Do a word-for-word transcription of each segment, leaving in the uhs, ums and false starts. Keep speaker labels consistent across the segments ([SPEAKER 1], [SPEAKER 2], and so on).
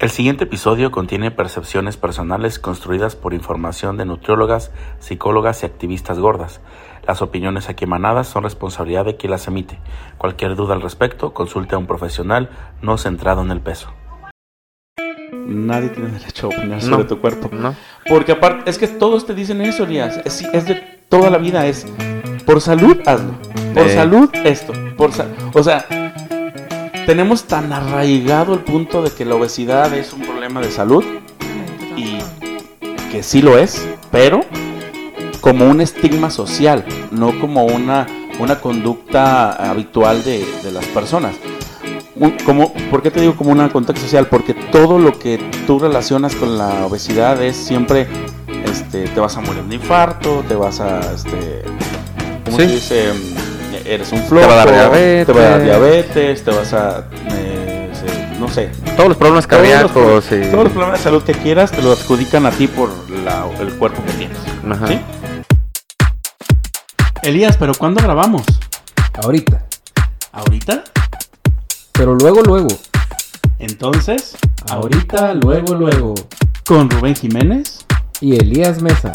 [SPEAKER 1] El siguiente episodio contiene percepciones personales construidas por información de nutriólogas, psicólogas y activistas gordas. Las opiniones aquí emanadas son responsabilidad de quien las emite. Cualquier duda al respecto, consulte a un profesional no centrado en el peso. Nadie tiene derecho a opinar sobre
[SPEAKER 2] No,
[SPEAKER 1] tu cuerpo.
[SPEAKER 2] no.
[SPEAKER 1] Porque aparte, es que todos te dicen eso, Elías. Es, es de toda la vida, es por salud, hazlo. Por
[SPEAKER 2] Eh.
[SPEAKER 1] salud, esto. Por sa- o sea, tenemos tan arraigado el punto de que la obesidad es un problema de salud. Y que sí lo es, pero como un estigma social, no como una, una conducta habitual de, de las personas. Un, como, ¿Por qué te digo como una conducta social? Porque todo lo que tú relacionas con la obesidad es siempre, este, te vas a morir de infarto, te vas a, este, ¿cómo
[SPEAKER 2] Sí.
[SPEAKER 1] se dice? Eres un flojo,
[SPEAKER 2] Te va a dar diabetes.
[SPEAKER 1] te va a dar diabetes, te vas a, eh, se- no sé,
[SPEAKER 2] Todos los problemas
[SPEAKER 1] todos los,
[SPEAKER 2] cardíacos y...
[SPEAKER 1] todos los problemas de salud que quieras te lo adjudican a ti por la, el cuerpo que tienes.
[SPEAKER 2] Ajá.
[SPEAKER 1] ¿Sí? Elías, ¿pero cuándo grabamos?
[SPEAKER 3] Ahorita.
[SPEAKER 1] ¿Ahorita?
[SPEAKER 3] Pero luego, luego.
[SPEAKER 1] Entonces,
[SPEAKER 3] Ahorita, luego, luego.
[SPEAKER 1] con Rubén Jiménez.
[SPEAKER 3] Y Elías Mesa.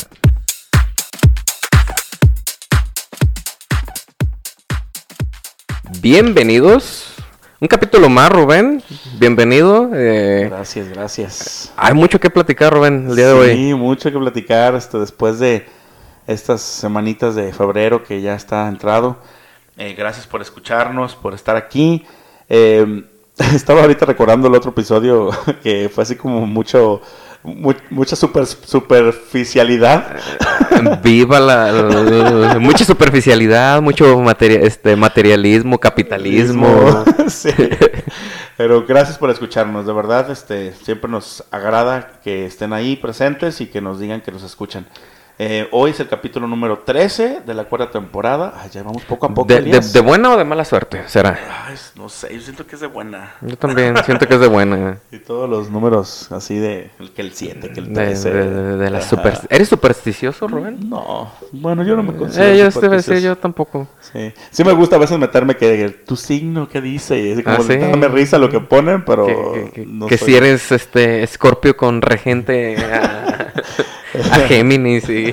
[SPEAKER 2] Bienvenidos. Un capítulo más, Rubén. Bienvenido. Eh,
[SPEAKER 1] Gracias, gracias.
[SPEAKER 2] hay mucho que platicar, Rubén, el día de hoy.
[SPEAKER 1] Sí, mucho que platicar este, después de estas semanitas de febrero que ya está entrado. Eh, gracias por escucharnos, por estar aquí. Eh, estaba ahorita recordando el otro episodio que fue así como mucho, mu- mucha super, superficialidad.
[SPEAKER 2] Viva la, la- mucha superficialidad, mucho materia- este, materialismo, capitalismo.
[SPEAKER 1] Sí. Pero gracias por escucharnos, de verdad, este, siempre nos agrada que estén ahí presentes y que nos digan que nos escuchan. Eh, hoy es el capítulo número trece de la cuarta temporada. Ay, ya vamos poco a poco,
[SPEAKER 2] De, de,
[SPEAKER 1] Elías.
[SPEAKER 2] de buena o de mala suerte, será.
[SPEAKER 1] Ay, no sé, yo siento que es de buena.
[SPEAKER 2] Yo también siento que es de buena.
[SPEAKER 1] Y todos los números así de el que el siete, que el
[SPEAKER 2] De,
[SPEAKER 1] trece.
[SPEAKER 2] de, de- de la
[SPEAKER 1] Ajá.
[SPEAKER 2] super... ¿Eres supersticioso, Rubén?
[SPEAKER 1] No, bueno, yo no me considero
[SPEAKER 2] Eh, yo te iba a decir,
[SPEAKER 1] supersticioso.
[SPEAKER 2] yo tampoco.
[SPEAKER 1] Sí. Sí me gusta a veces meterme que tu signo, ¿qué dice? Y es como
[SPEAKER 2] Ah, ¿sí?
[SPEAKER 1] darme risa lo que ponen, pero
[SPEAKER 2] que que,
[SPEAKER 1] no
[SPEAKER 2] que
[SPEAKER 1] soy-
[SPEAKER 2] si eres este Escorpio con regente a, a Géminis y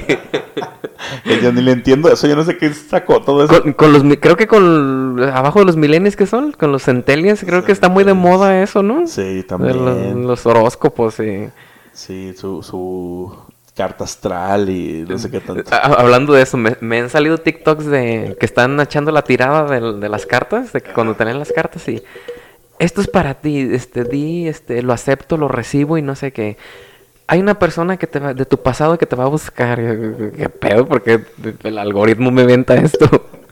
[SPEAKER 1] que yo ni le entiendo eso, yo no sé qué sacó todo eso.
[SPEAKER 2] con, con los mi- creo que con abajo de los milenios que son, con los centennials, creo que está muy de moda eso, ¿no?
[SPEAKER 1] Sí,
[SPEAKER 2] De
[SPEAKER 1] también.
[SPEAKER 2] los, los horóscopos y
[SPEAKER 1] Sí, su, su carta astral y no sé qué tanto.
[SPEAKER 2] A- hablando de eso, me, me han salido TikToks de que están echando la tirada de, de las cartas, de que cuando te leen las cartas y esto es para ti, este, di, este, lo acepto, lo recibo y no sé qué. Hay una persona que te va, de tu pasado que te va a buscar. Y yo, ¿qué pedo? Porque el algoritmo me venta esto.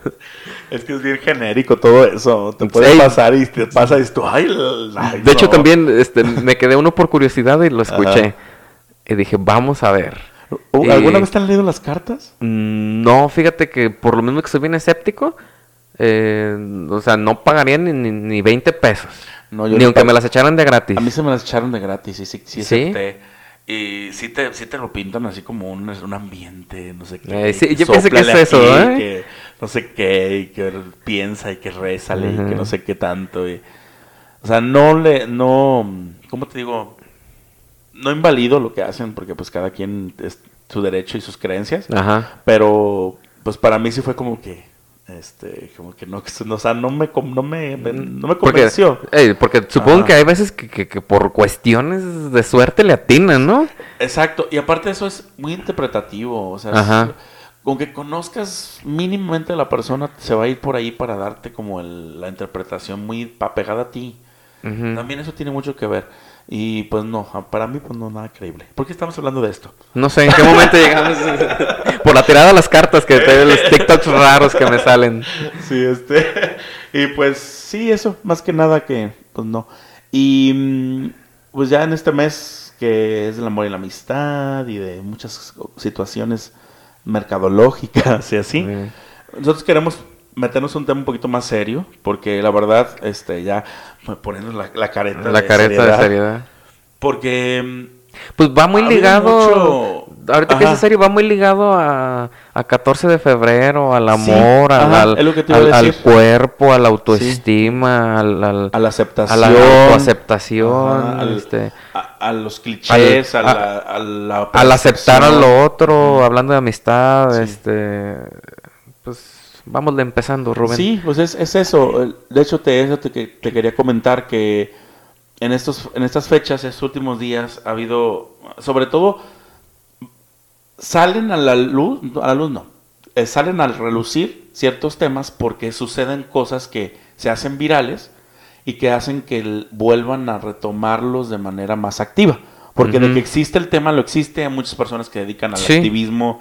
[SPEAKER 1] Es que es bien genérico todo eso. Te puede
[SPEAKER 2] Sí.
[SPEAKER 1] pasar y te pasa y dices tú, ay, l- ay,
[SPEAKER 2] De hecho,
[SPEAKER 1] no.
[SPEAKER 2] también este, me quedé uno por curiosidad y lo escuché.
[SPEAKER 1] Ajá.
[SPEAKER 2] Y dije, vamos a ver.
[SPEAKER 1] ¿O-
[SPEAKER 2] Y-
[SPEAKER 1] ¿Alguna vez te han leído las cartas?
[SPEAKER 2] Mm, No, fíjate que por lo mismo que soy bien escéptico, eh, o sea, no pagaría ni, ni, ni veinte pesos.
[SPEAKER 1] No, yo
[SPEAKER 2] ni
[SPEAKER 1] no
[SPEAKER 2] aunque
[SPEAKER 1] pago.
[SPEAKER 2] me las echaran de gratis.
[SPEAKER 1] A mí se me las echaron de gratis y sí, sí,
[SPEAKER 2] ¿Sí?
[SPEAKER 1] acepté. Y sí te, sí te lo pintan así como un, un ambiente, no sé qué.
[SPEAKER 2] Eh, sí,
[SPEAKER 1] que
[SPEAKER 2] yo pienso que es
[SPEAKER 1] sóplale
[SPEAKER 2] eso,
[SPEAKER 1] aquí,
[SPEAKER 2] ¿eh?
[SPEAKER 1] que no sé qué, y que piensa y que rézale y que
[SPEAKER 2] Ajá.
[SPEAKER 1] no sé qué tanto. Y, o sea, no le, no, ¿cómo te digo? No invalido lo que hacen porque pues cada quien es su derecho y sus creencias.
[SPEAKER 2] Ajá.
[SPEAKER 1] Pero pues para mí sí fue como que, este, como que no, o sea, no me, com- no me, no me
[SPEAKER 2] Porque,
[SPEAKER 1] convenció.
[SPEAKER 2] eh, porque supongo
[SPEAKER 1] Ajá.
[SPEAKER 2] que hay veces que, que- que por cuestiones de suerte le atinan, ¿no?
[SPEAKER 1] Exacto, y aparte eso es muy interpretativo, o sea, es-
[SPEAKER 2] Ajá.
[SPEAKER 1] con que conozcas mínimamente a la persona, se va a ir por ahí para darte como el- la interpretación muy apegada a ti.
[SPEAKER 2] Ujú.
[SPEAKER 1] También eso tiene mucho que ver. Y pues no, para mí pues no nada creíble. ¿Por qué estamos hablando de esto?
[SPEAKER 2] No sé en qué momento llegamos. Por la tirada de las cartas, que te, los TikToks raros que me salen.
[SPEAKER 1] Sí, este. Y pues sí, eso, más que nada que pues no. Y mm, pues ya en este mes que es del amor y la amistad y de muchas situaciones mercadológicas y así,
[SPEAKER 2] Sí.
[SPEAKER 1] nosotros queremos meternos en un tema un poquito más serio, porque la verdad, este, ya poniendo la, la careta
[SPEAKER 2] La
[SPEAKER 1] de
[SPEAKER 2] careta
[SPEAKER 1] seriedad,
[SPEAKER 2] de seriedad.
[SPEAKER 1] porque
[SPEAKER 2] Pues va muy
[SPEAKER 1] ha habido
[SPEAKER 2] ligado.
[SPEAKER 1] mucho-
[SPEAKER 2] ahorita que
[SPEAKER 1] Ajá.
[SPEAKER 2] esa serie va muy ligado a, a catorce de febrero, al
[SPEAKER 1] Sí,
[SPEAKER 2] amor, al,
[SPEAKER 1] ajá,
[SPEAKER 2] al,
[SPEAKER 1] es lo que te iba a
[SPEAKER 2] al- al
[SPEAKER 1] decir.
[SPEAKER 2] cuerpo, a la autoestima, al, al-
[SPEAKER 1] A la
[SPEAKER 2] a
[SPEAKER 1] aceptación.
[SPEAKER 2] la autoaceptación,
[SPEAKER 1] Ajá, al-
[SPEAKER 2] este,
[SPEAKER 1] a, a los clichés,
[SPEAKER 2] al-
[SPEAKER 1] a,
[SPEAKER 2] a-
[SPEAKER 1] la, a la
[SPEAKER 2] al aceptar a
[SPEAKER 1] percepción.
[SPEAKER 2] lo otro,
[SPEAKER 1] Ujú.
[SPEAKER 2] hablando de amistad,
[SPEAKER 1] Sí.
[SPEAKER 2] este, pues vamos empezando, Rubén.
[SPEAKER 1] Sí, pues es, es eso. El- De hecho, te, eso te, que- te quería comentar que en estos en estas fechas, estos últimos días, ha habido, sobre todo, salen a la luz, a la luz no, eh, salen al relucir ciertos temas porque suceden cosas que se hacen virales y que hacen que el- vuelvan a retomarlos de manera más activa. Porque de
[SPEAKER 2] Ujú.
[SPEAKER 1] que existe el tema, lo existe. Hay muchas personas que dedican al
[SPEAKER 2] Sí.
[SPEAKER 1] activismo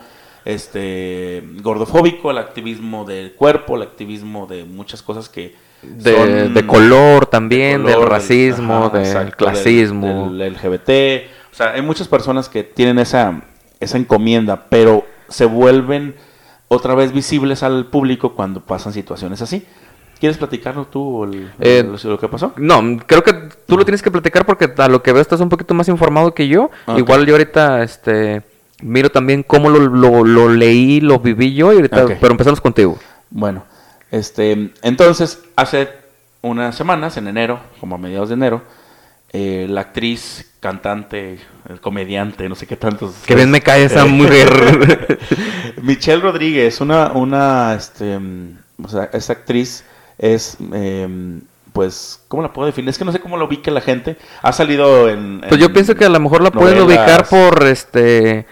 [SPEAKER 1] este gordofóbico, al activismo del cuerpo, al activismo de muchas cosas que
[SPEAKER 2] De,
[SPEAKER 1] son
[SPEAKER 2] de color también,
[SPEAKER 1] de color,
[SPEAKER 2] del racismo,
[SPEAKER 1] ajá,
[SPEAKER 2] del
[SPEAKER 1] exacto,
[SPEAKER 2] clasismo.
[SPEAKER 1] del, del L G B T. O sea, hay muchas personas que tienen esa, esa encomienda, pero se vuelven otra vez visibles al público cuando pasan situaciones así. ¿Quieres platicarnos tú el-
[SPEAKER 2] Eh,
[SPEAKER 1] lo, lo que pasó?
[SPEAKER 2] No, creo que tú lo tienes que platicar porque a lo que veo estás un poquito más informado que yo.
[SPEAKER 1] Ok.
[SPEAKER 2] Igual yo ahorita este miro también cómo lo, lo, lo leí, lo viví yo, y ahorita,
[SPEAKER 1] Ok.
[SPEAKER 2] pero empezamos contigo.
[SPEAKER 1] Bueno, este, entonces, hace unas semanas, en enero, como a mediados de enero, eh, la actriz, cantante, el comediante, no sé qué tantos.
[SPEAKER 2] Que bien me cae esa
[SPEAKER 1] Eh,
[SPEAKER 2] mujer.
[SPEAKER 1] Michelle Rodríguez, una, una, este, mm, o sea, esa actriz es, eh, pues, ¿cómo la puedo definir? Es que no sé cómo lo ubica la gente. Ha salido en...
[SPEAKER 2] Pues yo
[SPEAKER 1] en
[SPEAKER 2] pienso que a lo mejor la pueden
[SPEAKER 1] novelas.
[SPEAKER 2] ubicar por este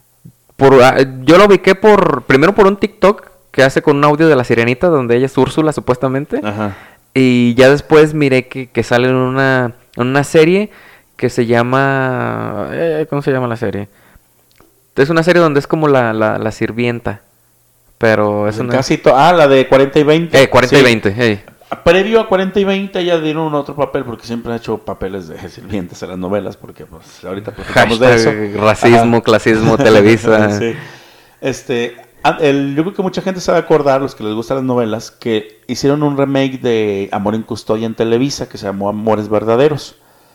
[SPEAKER 2] por ah, yo la ubiqué por primero por un TikTok que hace con un audio de La Sirenita donde ella es Úrsula supuestamente.
[SPEAKER 1] Ajá.
[SPEAKER 2] Y ya después miré que, que sale en una, en una serie que se llama... eh, ¿Cómo se llama la serie? Es una serie donde es como la, la, la sirvienta. Pero es una...
[SPEAKER 1] Casi to- ah, la de cuarenta y veinte.
[SPEAKER 2] Eh, cuarenta y
[SPEAKER 1] Sí.
[SPEAKER 2] veinte, hey.
[SPEAKER 1] Previo a cuarenta y veinte ya dieron otro papel porque siempre ha hecho papeles de sirvientes en las novelas porque pues ahorita platicamos de eso.
[SPEAKER 2] Hashtag racismo,
[SPEAKER 1] Ajá.
[SPEAKER 2] clasismo, Televisa.
[SPEAKER 1] Sí. Este, ah, el- yo creo que mucha gente se va a acordar, los que les gustan las novelas, que hicieron un remake de Amor en Custodia en Televisa que se llamó Amores Verdaderos.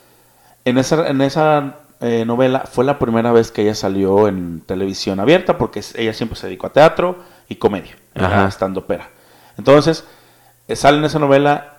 [SPEAKER 1] En esa, en esa eh, novela fue la primera vez que ella salió en televisión abierta porque ella siempre se dedicó a teatro y comedia,
[SPEAKER 2] Ajá.
[SPEAKER 1] estando pera. Entonces, eh, sale en esa novela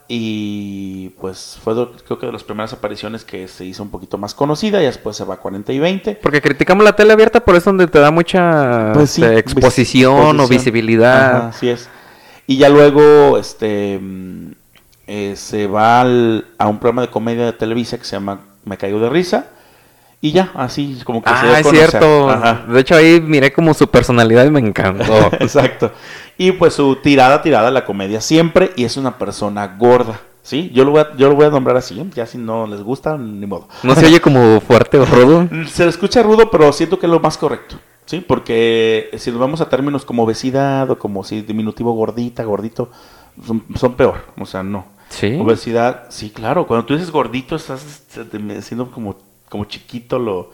[SPEAKER 1] y pues fue do- creo que de las primeras apariciones que se hizo un poquito más conocida y después se va a cuarenta y veinte.
[SPEAKER 2] Porque criticamos la tele abierta, pero es donde te da mucha
[SPEAKER 1] Pues sí,
[SPEAKER 2] este,
[SPEAKER 1] vis-
[SPEAKER 2] exposición o
[SPEAKER 1] exposición.
[SPEAKER 2] visibilidad.
[SPEAKER 1] Ajá, así es. Y ya luego este mm, eh, se va al- a un programa de comedia de Televisa que se llama Me Caigo de Risa. Y ya, así como que se dio
[SPEAKER 2] Ah,
[SPEAKER 1] a
[SPEAKER 2] es
[SPEAKER 1] conocer.
[SPEAKER 2] cierto.
[SPEAKER 1] Ajá.
[SPEAKER 2] De hecho, ahí miré como su personalidad y me encantó.
[SPEAKER 1] Exacto. Y pues su tirada, tirada a la comedia siempre. Y es una persona gorda. ¿Sí? Yo lo voy a, yo lo voy a nombrar así. ¿eh? Ya si no les gusta, ni modo.
[SPEAKER 2] ¿No se oye como fuerte o rudo?
[SPEAKER 1] Se le escucha rudo, pero siento que es lo más correcto. ¿Sí? Porque si nos vamos a términos como obesidad o como si diminutivo gordita, gordito, son, son peor. O sea, no.
[SPEAKER 2] Sí.
[SPEAKER 1] Obesidad, sí, claro. Cuando tú dices gordito, estás siendo como, como chiquito lo,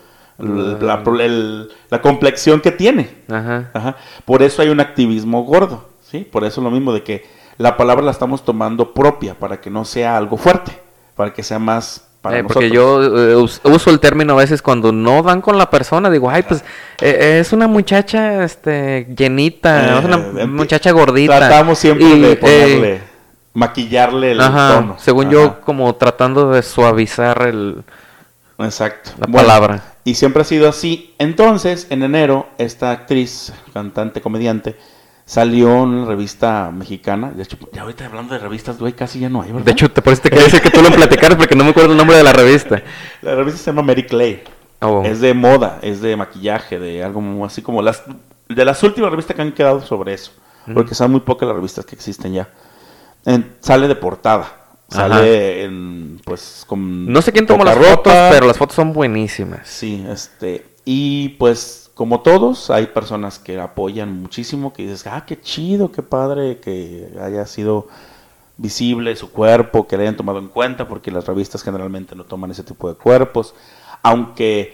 [SPEAKER 1] la, la, el- la complexión que tiene.
[SPEAKER 2] Ajá.
[SPEAKER 1] Ajá. Por eso hay un activismo gordo. ¿Sí? Por eso lo mismo de que la palabra la estamos tomando propia para que no sea algo fuerte, para que sea más para
[SPEAKER 2] Eh,
[SPEAKER 1] nosotros.
[SPEAKER 2] porque yo eh, us- uso el término a veces cuando no dan con la persona, digo, ay, pues eh, es una muchacha este llenita,
[SPEAKER 1] Eh,
[SPEAKER 2] es una
[SPEAKER 1] empi-
[SPEAKER 2] muchacha gordita.
[SPEAKER 1] Tratamos siempre
[SPEAKER 2] Y,
[SPEAKER 1] de
[SPEAKER 2] eh,
[SPEAKER 1] ponerle, maquillarle el
[SPEAKER 2] ajá,
[SPEAKER 1] tono.
[SPEAKER 2] según
[SPEAKER 1] Ajá.
[SPEAKER 2] yo, como tratando de suavizar el,
[SPEAKER 1] Exacto.
[SPEAKER 2] la
[SPEAKER 1] Bueno,
[SPEAKER 2] palabra.
[SPEAKER 1] y siempre ha sido así. Entonces, en enero, esta actriz, cantante, comediante, salió en una revista mexicana. De hecho, ya ahorita hablando de revistas, güey, casi ya no hay, ¿verdad?
[SPEAKER 2] De hecho, te, por eso te quería decir que tú lo platicaras porque no me acuerdo el nombre de la revista.
[SPEAKER 1] La revista se llama Mary Clay.
[SPEAKER 2] Oh.
[SPEAKER 1] Es de moda, es de maquillaje, de algo mu- así como las de las últimas revistas que han quedado sobre eso.
[SPEAKER 2] Ujú.
[SPEAKER 1] Porque son muy pocas las revistas que existen ya. En- sale de portada. Sale
[SPEAKER 2] Ajá.
[SPEAKER 1] en, pues, con
[SPEAKER 2] No sé quién tomó
[SPEAKER 1] poca
[SPEAKER 2] las
[SPEAKER 1] ropa.
[SPEAKER 2] fotos, pero las fotos son buenísimas.
[SPEAKER 1] Sí, este, y pues como todos, hay personas que apoyan muchísimo, que dices, ah, qué chido, qué padre que haya sido visible su cuerpo, que le hayan tomado en cuenta, porque las revistas generalmente no toman ese tipo de cuerpos, aunque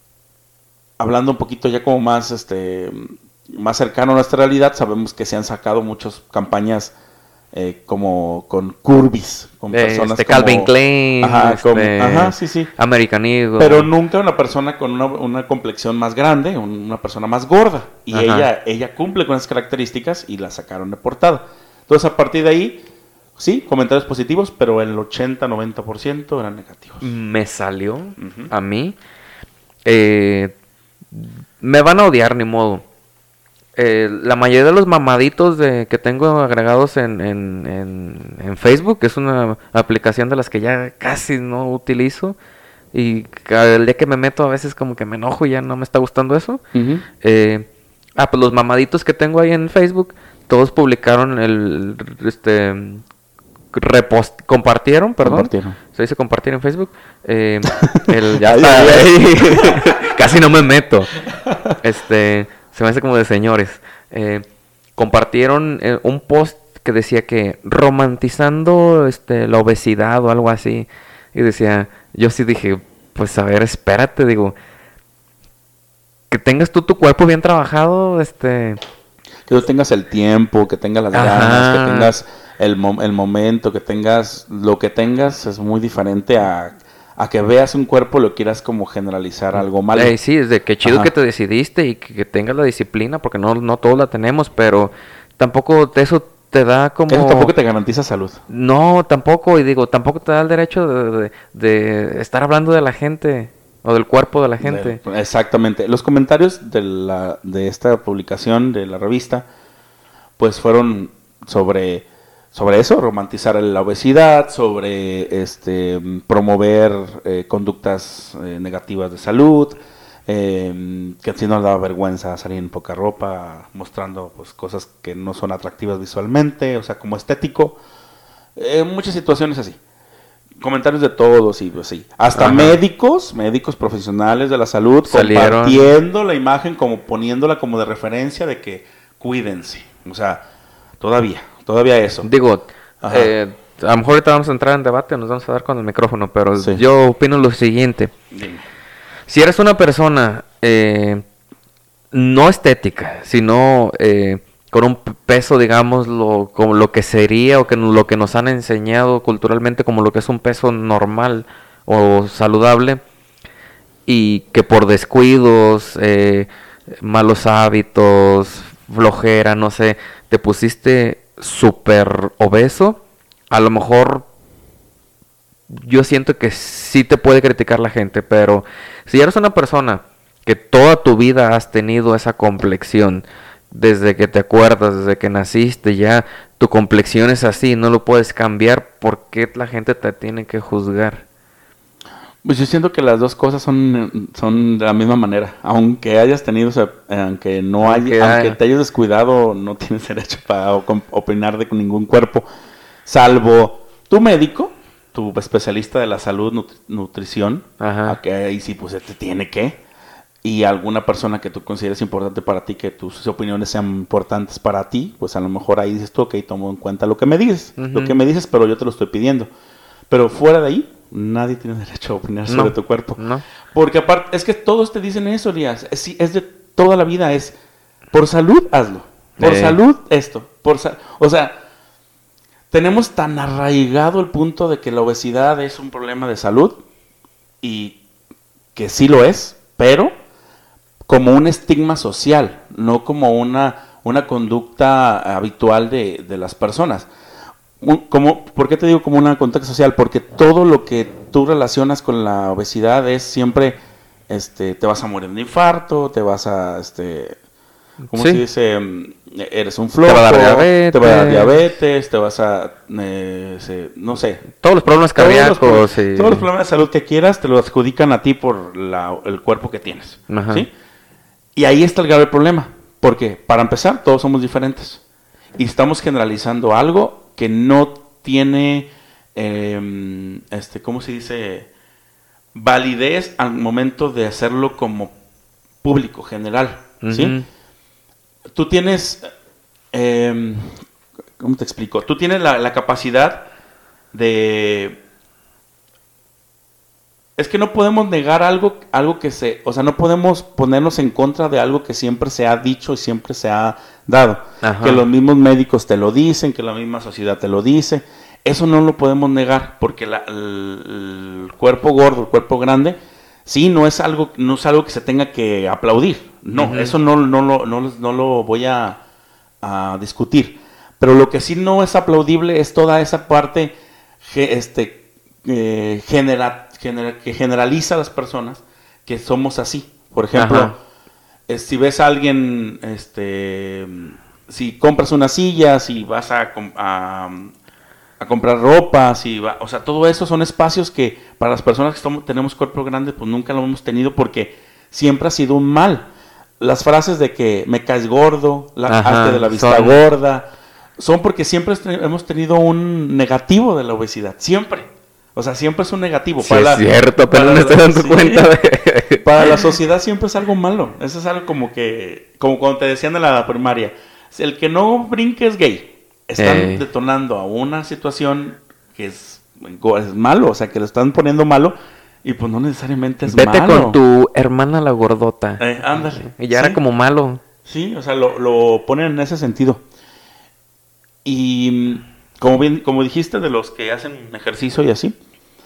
[SPEAKER 1] hablando un poquito ya como más, este, más cercano a nuestra realidad, sabemos que se han sacado muchas campañas eh, como con curvis, con
[SPEAKER 2] Eh,
[SPEAKER 1] personas
[SPEAKER 2] este,
[SPEAKER 1] como...
[SPEAKER 2] Calvin Klein,
[SPEAKER 1] Ajá,
[SPEAKER 2] este,
[SPEAKER 1] como- ajá, sí, sí.
[SPEAKER 2] American Eagle.
[SPEAKER 1] Pero nunca una persona con una, una complexión más grande, un- una persona más gorda. Y
[SPEAKER 2] Ajá.
[SPEAKER 1] ella, ella cumple con esas características y la sacaron de portada. Entonces, a partir de ahí, sí, comentarios positivos, pero el ochenta noventa por ciento eran negativos.
[SPEAKER 2] Me salió
[SPEAKER 1] Ujú.
[SPEAKER 2] a mí. Eh, me van a odiar, ni modo. Eh, la mayoría de los mamaditos de, que tengo agregados en, en, en, en Facebook, que es una aplicación de las que ya casi no utilizo, y ca- el día que me meto a veces como que me enojo y ya no me está gustando eso.
[SPEAKER 1] Ujú.
[SPEAKER 2] Eh, ah, pues los mamaditos que tengo ahí en Facebook, todos publicaron el, este, repost, compartieron, perdón.
[SPEAKER 1] Compartieron.
[SPEAKER 2] Se dice compartir en Facebook. Eh, el,
[SPEAKER 1] Ya,
[SPEAKER 2] ya
[SPEAKER 1] ya,
[SPEAKER 2] está,
[SPEAKER 1] ya.
[SPEAKER 2] ahí. Casi no me meto. Este, se me hace como de señores. Eh, compartieron eh, un post que decía que romantizando este, la obesidad o algo así. Y decía, yo sí dije, pues a ver, espérate, digo, que tengas tú tu cuerpo bien trabajado, este,
[SPEAKER 1] Que tú tengas el tiempo, que tengas las
[SPEAKER 2] Ajá.
[SPEAKER 1] ganas, que tengas el, mo- el momento, que tengas lo que tengas, es muy diferente a, a que veas un cuerpo y lo quieras como generalizar algo malo.
[SPEAKER 2] eh, sí, es de que chido
[SPEAKER 1] Ajá.
[SPEAKER 2] que te decidiste y que, que tengas la disciplina, porque no, no todos la tenemos, pero tampoco te- eso te da como...
[SPEAKER 1] Eso tampoco te garantiza salud.
[SPEAKER 2] No, tampoco, y digo, tampoco te da el derecho de, de- de estar hablando de la gente o del cuerpo de la gente.
[SPEAKER 1] De- exactamente. Los comentarios de, la, de esta publicación de la revista, pues fueron sobre, sobre eso, romantizar la obesidad, sobre este promover eh, conductas eh, negativas de salud, eh, que si nos daba vergüenza salir en poca ropa, mostrando pues cosas que no son atractivas visualmente, o sea, como estético, eh, muchas situaciones así. Comentarios de todos y pues sí, hasta
[SPEAKER 2] Ajá.
[SPEAKER 1] médicos, médicos profesionales de la salud,
[SPEAKER 2] Salieron.
[SPEAKER 1] compartiendo la imagen, como poniéndola como de referencia de que cuídense, o sea, todavía, todavía eso.
[SPEAKER 2] Digo,
[SPEAKER 1] Ajá.
[SPEAKER 2] eh, a lo mejor ahorita vamos a entrar en debate, nos vamos a dar con el micrófono, pero
[SPEAKER 1] Sí.
[SPEAKER 2] yo opino lo siguiente.
[SPEAKER 1] Dime.
[SPEAKER 2] Si eres una persona eh, no estética, sino eh, con un p- peso, digamos, lo, como lo que sería o que no- lo que nos han enseñado culturalmente como lo que es un peso normal o saludable, y que por descuidos, eh, malos hábitos, flojera, no sé, te pusiste súper obeso, a lo mejor yo siento que sí te puede criticar la gente, pero si eres una persona que toda tu vida has tenido esa complexión, desde que te acuerdas, desde que naciste, ya tu complexión es así, no lo puedes cambiar, ¿por qué la gente te tiene que juzgar?
[SPEAKER 1] Pues yo siento que las dos cosas son, son de la misma manera. Aunque hayas tenido, o sea, eh, aunque no
[SPEAKER 2] Aunque
[SPEAKER 1] haya, aunque
[SPEAKER 2] haya-
[SPEAKER 1] te hayas descuidado, no tienes derecho para o- com- opinar de ningún cuerpo, salvo tu médico, tu especialista de la salud, nutri- nutrición,
[SPEAKER 2] Ajá.
[SPEAKER 1] a que ahí sí pues te tiene que, y alguna persona que tú consideres importante para ti, que tus opiniones sean importantes para ti, pues a lo mejor ahí dices tú, ok, tomo en cuenta lo que me dices, lo
[SPEAKER 2] Ujú.
[SPEAKER 1] que me dices, pero yo te lo estoy pidiendo. Pero fuera de ahí, nadie tiene derecho a opinar sobre
[SPEAKER 2] No,
[SPEAKER 1] tu cuerpo.
[SPEAKER 2] no.
[SPEAKER 1] Porque aparte, es que todos te dicen eso, Elías. Es, sí, es de toda la vida, es por salud, hazlo. Por
[SPEAKER 2] Eh.
[SPEAKER 1] salud, esto. Por sa- o sea, tenemos tan arraigado el punto de que la obesidad es un problema de salud, y que sí lo es, pero como un estigma social, no como una, una conducta habitual de, de las personas. Un- como, ¿Por qué te digo como una conducta social? Porque todo lo que tú relacionas con la obesidad es siempre, este, te vas a morir de infarto, te vas a, este, ¿cómo
[SPEAKER 2] Sí.
[SPEAKER 1] se dice? Mm, Eres un flojo,
[SPEAKER 2] va a dar diabetes.
[SPEAKER 1] te va a dar diabetes, te vas a, eh, se- no sé,
[SPEAKER 2] Todos los problemas
[SPEAKER 1] todos los,
[SPEAKER 2] cardíacos
[SPEAKER 1] pro-
[SPEAKER 2] y...
[SPEAKER 1] todos los problemas de salud que quieras te lo adjudican a ti por la- el cuerpo que tienes.
[SPEAKER 2] Ajá.
[SPEAKER 1] ¿Sí? Y ahí está el grave problema. Porque, para empezar, todos somos diferentes. Y estamos generalizando algo que no tiene, eh, este, ¿cómo se dice? Validez al momento de hacerlo como público, general. ¿Sí?
[SPEAKER 2] Ujú.
[SPEAKER 1] Tú tienes, eh, ¿cómo te explico? Tú tienes la, la capacidad de... Es que no podemos negar algo, algo que se... O sea, no podemos ponernos en contra de algo que siempre se ha dicho y siempre se ha dado.
[SPEAKER 2] Ajá.
[SPEAKER 1] Que los mismos médicos te lo dicen, que la misma sociedad te lo dice. Eso no lo podemos negar, porque la, el, el cuerpo gordo, el cuerpo grande, sí, no es algo, no es algo que se tenga que aplaudir. No,
[SPEAKER 2] Ujú.
[SPEAKER 1] eso no, no, lo, no, lo- no lo voy a, a discutir. Pero lo que sí no es aplaudible es toda esa parte ge- este, eh, genera, genera- que generaliza a las personas que somos así. Por ejemplo,
[SPEAKER 2] Ajá.
[SPEAKER 1] eh, si ves a alguien, este, si compras una silla, si vas a, com- a, a comprar ropa, si va, o sea, todo eso son espacios que para las personas que somos- tenemos cuerpo grande, pues nunca lo hemos tenido porque siempre ha sido un mal. Las frases de que me caes gordo, la
[SPEAKER 2] Ajá,
[SPEAKER 1] hazte de la vista
[SPEAKER 2] son-
[SPEAKER 1] gorda, son porque siempre este- hemos tenido un negativo de la obesidad, siempre. O sea, siempre es un negativo.
[SPEAKER 2] Sí, es
[SPEAKER 1] la-
[SPEAKER 2] cierto, pero
[SPEAKER 1] para
[SPEAKER 2] me
[SPEAKER 1] la-
[SPEAKER 2] estoy dando
[SPEAKER 1] sí.
[SPEAKER 2] cuenta de...
[SPEAKER 1] Para la sociedad siempre es algo malo. Eso es algo como que, como cuando te decían en la primaria, el que no brinque es gay. Están
[SPEAKER 2] Ey.
[SPEAKER 1] detonando a una situación que es, es malo, o sea, que lo están poniendo malo y pues no necesariamente es
[SPEAKER 2] Vete
[SPEAKER 1] malo.
[SPEAKER 2] con tu hermana la gordota.
[SPEAKER 1] Eh, ándale.
[SPEAKER 2] Y ya
[SPEAKER 1] Sí.
[SPEAKER 2] era como malo.
[SPEAKER 1] Sí, o sea, lo, lo ponen en ese sentido. Y mm, como bien, como dijiste de los que hacen ejercicio y así,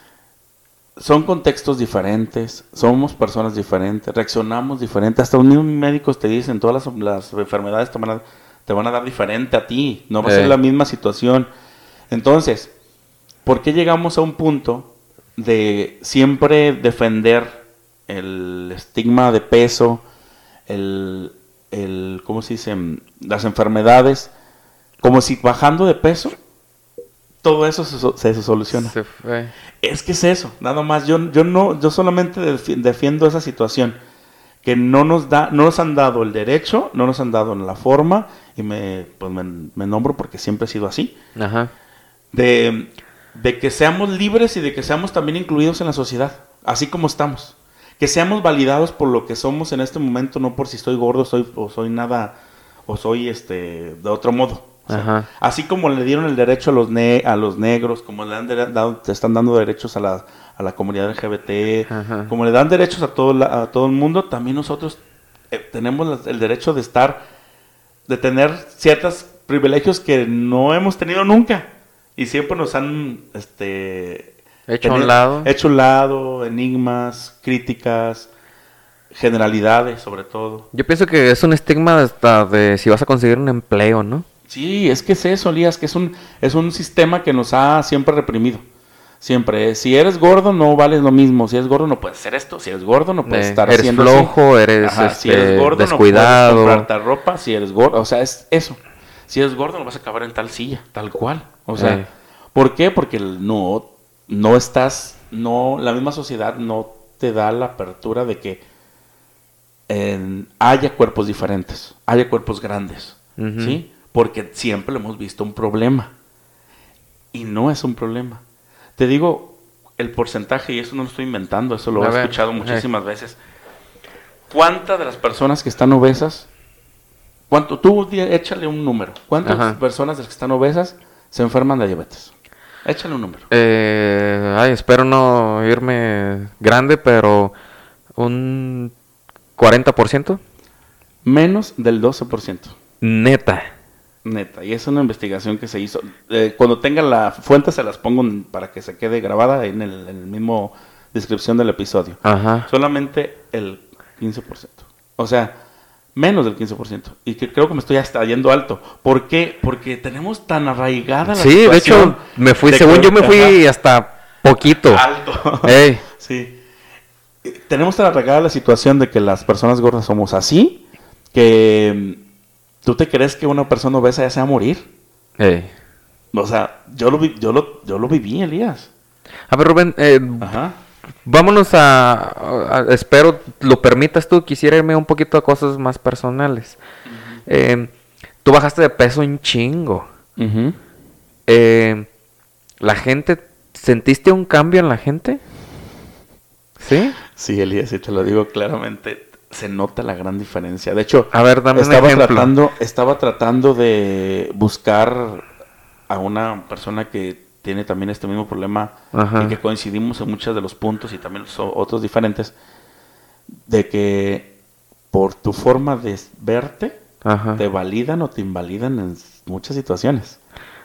[SPEAKER 1] son contextos diferentes, somos personas diferentes, reaccionamos diferente. Hasta los mismos médicos te dicen, todas las, las enfermedades te van, a, te van a dar diferente a ti, no va a
[SPEAKER 2] Eh.
[SPEAKER 1] ser la misma situación. Entonces, ¿por qué llegamos a un punto de siempre defender el estigma de peso, el, el ¿cómo se dice? Las enfermedades, como si bajando de peso, todo eso se, so- se soluciona?
[SPEAKER 2] Se fue.
[SPEAKER 1] Es que es eso, nada más. Yo, yo no, yo solamente defi- defiendo esa situación que no nos da, no nos han dado el derecho, no nos han dado la forma, y me, pues me, me nombro porque siempre he sido así,
[SPEAKER 2] Ajá.
[SPEAKER 1] de, de que seamos libres y de que seamos también incluidos en la sociedad, así como estamos. Que seamos validados por lo que somos en este momento, no por si estoy gordo, soy, o soy nada, o soy este de otro modo. O sea,
[SPEAKER 2] Ajá.
[SPEAKER 1] así como le dieron el derecho a los ne a los negros, como le han de- dado, te están dando derechos a la, a la comunidad L G B T,
[SPEAKER 2] Ajá.
[SPEAKER 1] como le dan derechos a todo, la- a todo el mundo, también nosotros eh, tenemos las- el derecho de estar, de tener ciertos privilegios que no hemos tenido nunca. Y siempre nos han este,
[SPEAKER 2] Hecho a un
[SPEAKER 1] tenido-
[SPEAKER 2] lado.
[SPEAKER 1] hecho a un lado, enigmas, críticas, generalidades sobre todo.
[SPEAKER 2] Yo pienso que es un estigma hasta de si vas a conseguir un empleo, ¿no?
[SPEAKER 1] Sí, es que es eso, Elías, que es un, es un sistema que nos ha siempre reprimido. Siempre, si eres gordo no vales lo mismo, si eres gordo no puedes hacer esto, si eres gordo no puedes
[SPEAKER 2] Eh,
[SPEAKER 1] estar
[SPEAKER 2] eres
[SPEAKER 1] haciendo
[SPEAKER 2] flojo,
[SPEAKER 1] así.
[SPEAKER 2] eres,
[SPEAKER 1] Ajá, si eres
[SPEAKER 2] este,
[SPEAKER 1] gordo
[SPEAKER 2] descuidado.
[SPEAKER 1] no puedes comprarte ropa, si eres gordo, o sea, es eso. Si eres gordo no vas a acabar en tal silla, tal cual. O sea,
[SPEAKER 2] Eh.
[SPEAKER 1] ¿por qué? Porque el- no, no estás, no, la misma sociedad no te da la apertura de que eh, haya cuerpos diferentes, haya cuerpos grandes,
[SPEAKER 2] Ujú.
[SPEAKER 1] ¿sí? Porque siempre lo hemos visto un problema. Y no es un problema. Te digo el porcentaje, y eso no lo estoy inventando, eso lo
[SPEAKER 2] A
[SPEAKER 1] he
[SPEAKER 2] ver,
[SPEAKER 1] escuchado
[SPEAKER 2] eh.
[SPEAKER 1] muchísimas veces. ¿Cuántas de las personas que están obesas, cuánto, tú di- échale un número, cuántas
[SPEAKER 2] Ajá.
[SPEAKER 1] personas de las que están obesas se enferman de diabetes? Échale un número.
[SPEAKER 2] Eh, ay, espero no irme grande, pero un cuarenta por ciento.
[SPEAKER 1] Menos del doce por ciento.
[SPEAKER 2] Neta.
[SPEAKER 1] Neta, y es una investigación que se hizo. Eh, cuando tenga la fuente se las pongo en- para que se quede grabada en el, en el mismo descripción del episodio.
[SPEAKER 2] Ajá.
[SPEAKER 1] Solamente el quince por ciento. O sea, menos del quince por ciento. Y que creo que me estoy hasta yendo alto. ¿Por qué? Porque tenemos tan arraigada la
[SPEAKER 2] Sí, de
[SPEAKER 1] situación
[SPEAKER 2] hecho, me fui,
[SPEAKER 1] de
[SPEAKER 2] según
[SPEAKER 1] que-
[SPEAKER 2] yo me fui
[SPEAKER 1] ajá,
[SPEAKER 2] hasta poquito.
[SPEAKER 1] alto.
[SPEAKER 2] Ey.
[SPEAKER 1] Sí. Eh, Tenemos tan arraigada la situación de que las personas gordas somos así, que mm, tú te crees que una persona obesa ya se va a morir.
[SPEAKER 2] Ey.
[SPEAKER 1] O sea, yo lo, vi- yo lo, yo lo viví, Elías.
[SPEAKER 2] A ver, Rubén, eh,
[SPEAKER 1] Ajá.
[SPEAKER 2] vámonos a, a- espero lo permitas tú, quisiera irme un poquito a cosas más personales. Eh, tú bajaste de peso un chingo.
[SPEAKER 1] Ujú.
[SPEAKER 2] Eh, la gente, ¿sentiste un cambio en la gente? ¿Sí?
[SPEAKER 1] Sí, Elías, y te lo digo claramente, se nota la gran diferencia. De hecho,
[SPEAKER 2] A ver, dame un
[SPEAKER 1] estaba
[SPEAKER 2] ejemplo.
[SPEAKER 1] tratando, estaba tratando de buscar a una persona que tiene también este mismo problema
[SPEAKER 2] Ajá.
[SPEAKER 1] y que coincidimos en muchos de los puntos y también so- otros diferentes, de que por tu forma de verte,
[SPEAKER 2] Ajá.
[SPEAKER 1] te validan o te invalidan en muchas situaciones.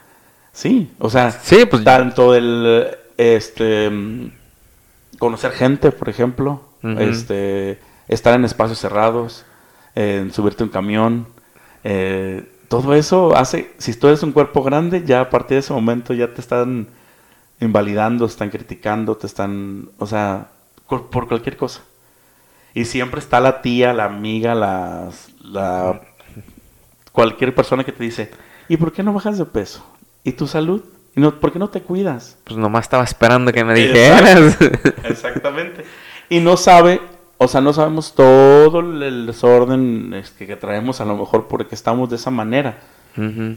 [SPEAKER 1] Sí, o sea,
[SPEAKER 2] Sí, pues-
[SPEAKER 1] tanto el este mm, conocer gente, por ejemplo,
[SPEAKER 2] Ujú.
[SPEAKER 1] este estar en espacios cerrados, en subirte a un camión, eh, todo eso hace, si tú eres un cuerpo grande, ya a partir de ese momento ya te están invalidando, te están criticando, te están, o sea, por, por cualquier cosa. Y siempre está la tía, la amiga, la, la cualquier persona que te dice, ¿y por qué no bajas de peso? ¿Y tu salud? ¿Y no, por qué no te cuidas?
[SPEAKER 2] Pues nomás estaba esperando que me
[SPEAKER 1] Exacto.
[SPEAKER 2] dijeras.
[SPEAKER 1] Exactamente. Y no sabe, o sea, no sabemos todo el desorden este, que traemos a lo mejor porque estamos de esa manera.
[SPEAKER 2] Ujú.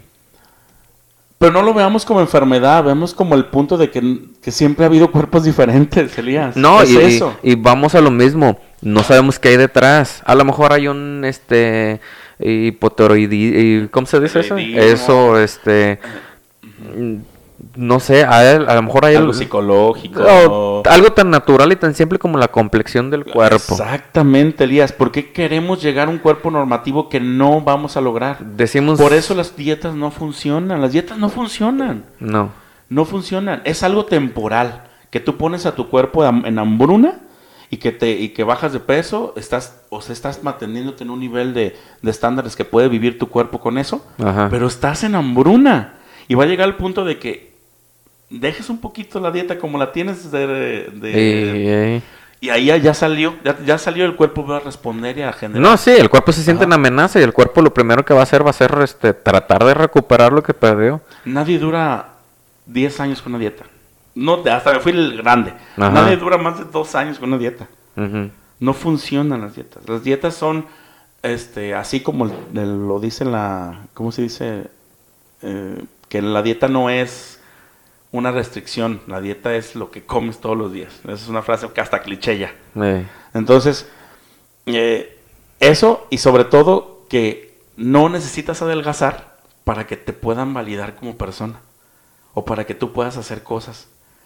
[SPEAKER 1] Pero no lo veamos como enfermedad, vemos como el punto de que, que siempre ha habido cuerpos diferentes, Elías.
[SPEAKER 2] No,
[SPEAKER 1] es
[SPEAKER 2] y, y-
[SPEAKER 1] eso.
[SPEAKER 2] y vamos a lo mismo. No sabemos qué hay detrás. A lo mejor hay un, este, hipotiroidi... ¿Cómo se dice eso?
[SPEAKER 1] Tiroidismo.
[SPEAKER 2] Eso, este... mm, No sé, a, él- a lo mejor hay
[SPEAKER 1] Algo
[SPEAKER 2] el-
[SPEAKER 1] psicológico.
[SPEAKER 2] o algo tan natural y tan simple como la complexión del cuerpo.
[SPEAKER 1] Exactamente, Elías. ¿Por qué queremos llegar a un cuerpo normativo que no vamos a lograr?
[SPEAKER 2] Decimos...
[SPEAKER 1] Por eso las dietas no funcionan. Las dietas no funcionan.
[SPEAKER 2] No.
[SPEAKER 1] No funcionan. Es algo temporal. Que tú pones a tu cuerpo am- en hambruna y que te y que bajas de peso, estás o sea, estás manteniéndote en un nivel de, de estándares que puede vivir tu cuerpo con eso,
[SPEAKER 2] Ajá.
[SPEAKER 1] pero estás en hambruna. Y va a llegar el punto de que dejes un poquito la dieta como la tienes de... de-
[SPEAKER 2] Y-
[SPEAKER 1] y ahí ya, ya salió, ya, ya salió el cuerpo, va a responder y a generar.
[SPEAKER 2] No, sí, el cuerpo se siente
[SPEAKER 1] Ajá.
[SPEAKER 2] en amenaza y el cuerpo lo primero que va a hacer va a ser este, tratar de recuperar lo que perdió.
[SPEAKER 1] Nadie dura diez años con una dieta. No, hasta me fui el grande.
[SPEAKER 2] Ajá.
[SPEAKER 1] Nadie dura más de dos años con una dieta.
[SPEAKER 2] Ujú.
[SPEAKER 1] No funcionan las dietas. Las dietas son, este, así como el- el- lo dice la, ¿cómo se dice? Eh, que la dieta no es una restricción. La dieta es lo que comes todos los días. Esa es una frase que hasta cliché ya.
[SPEAKER 2] Eh,
[SPEAKER 1] Entonces, eh, eso y sobre todo que no necesitas adelgazar para que te puedan validar como persona o para que tú puedas hacer cosas.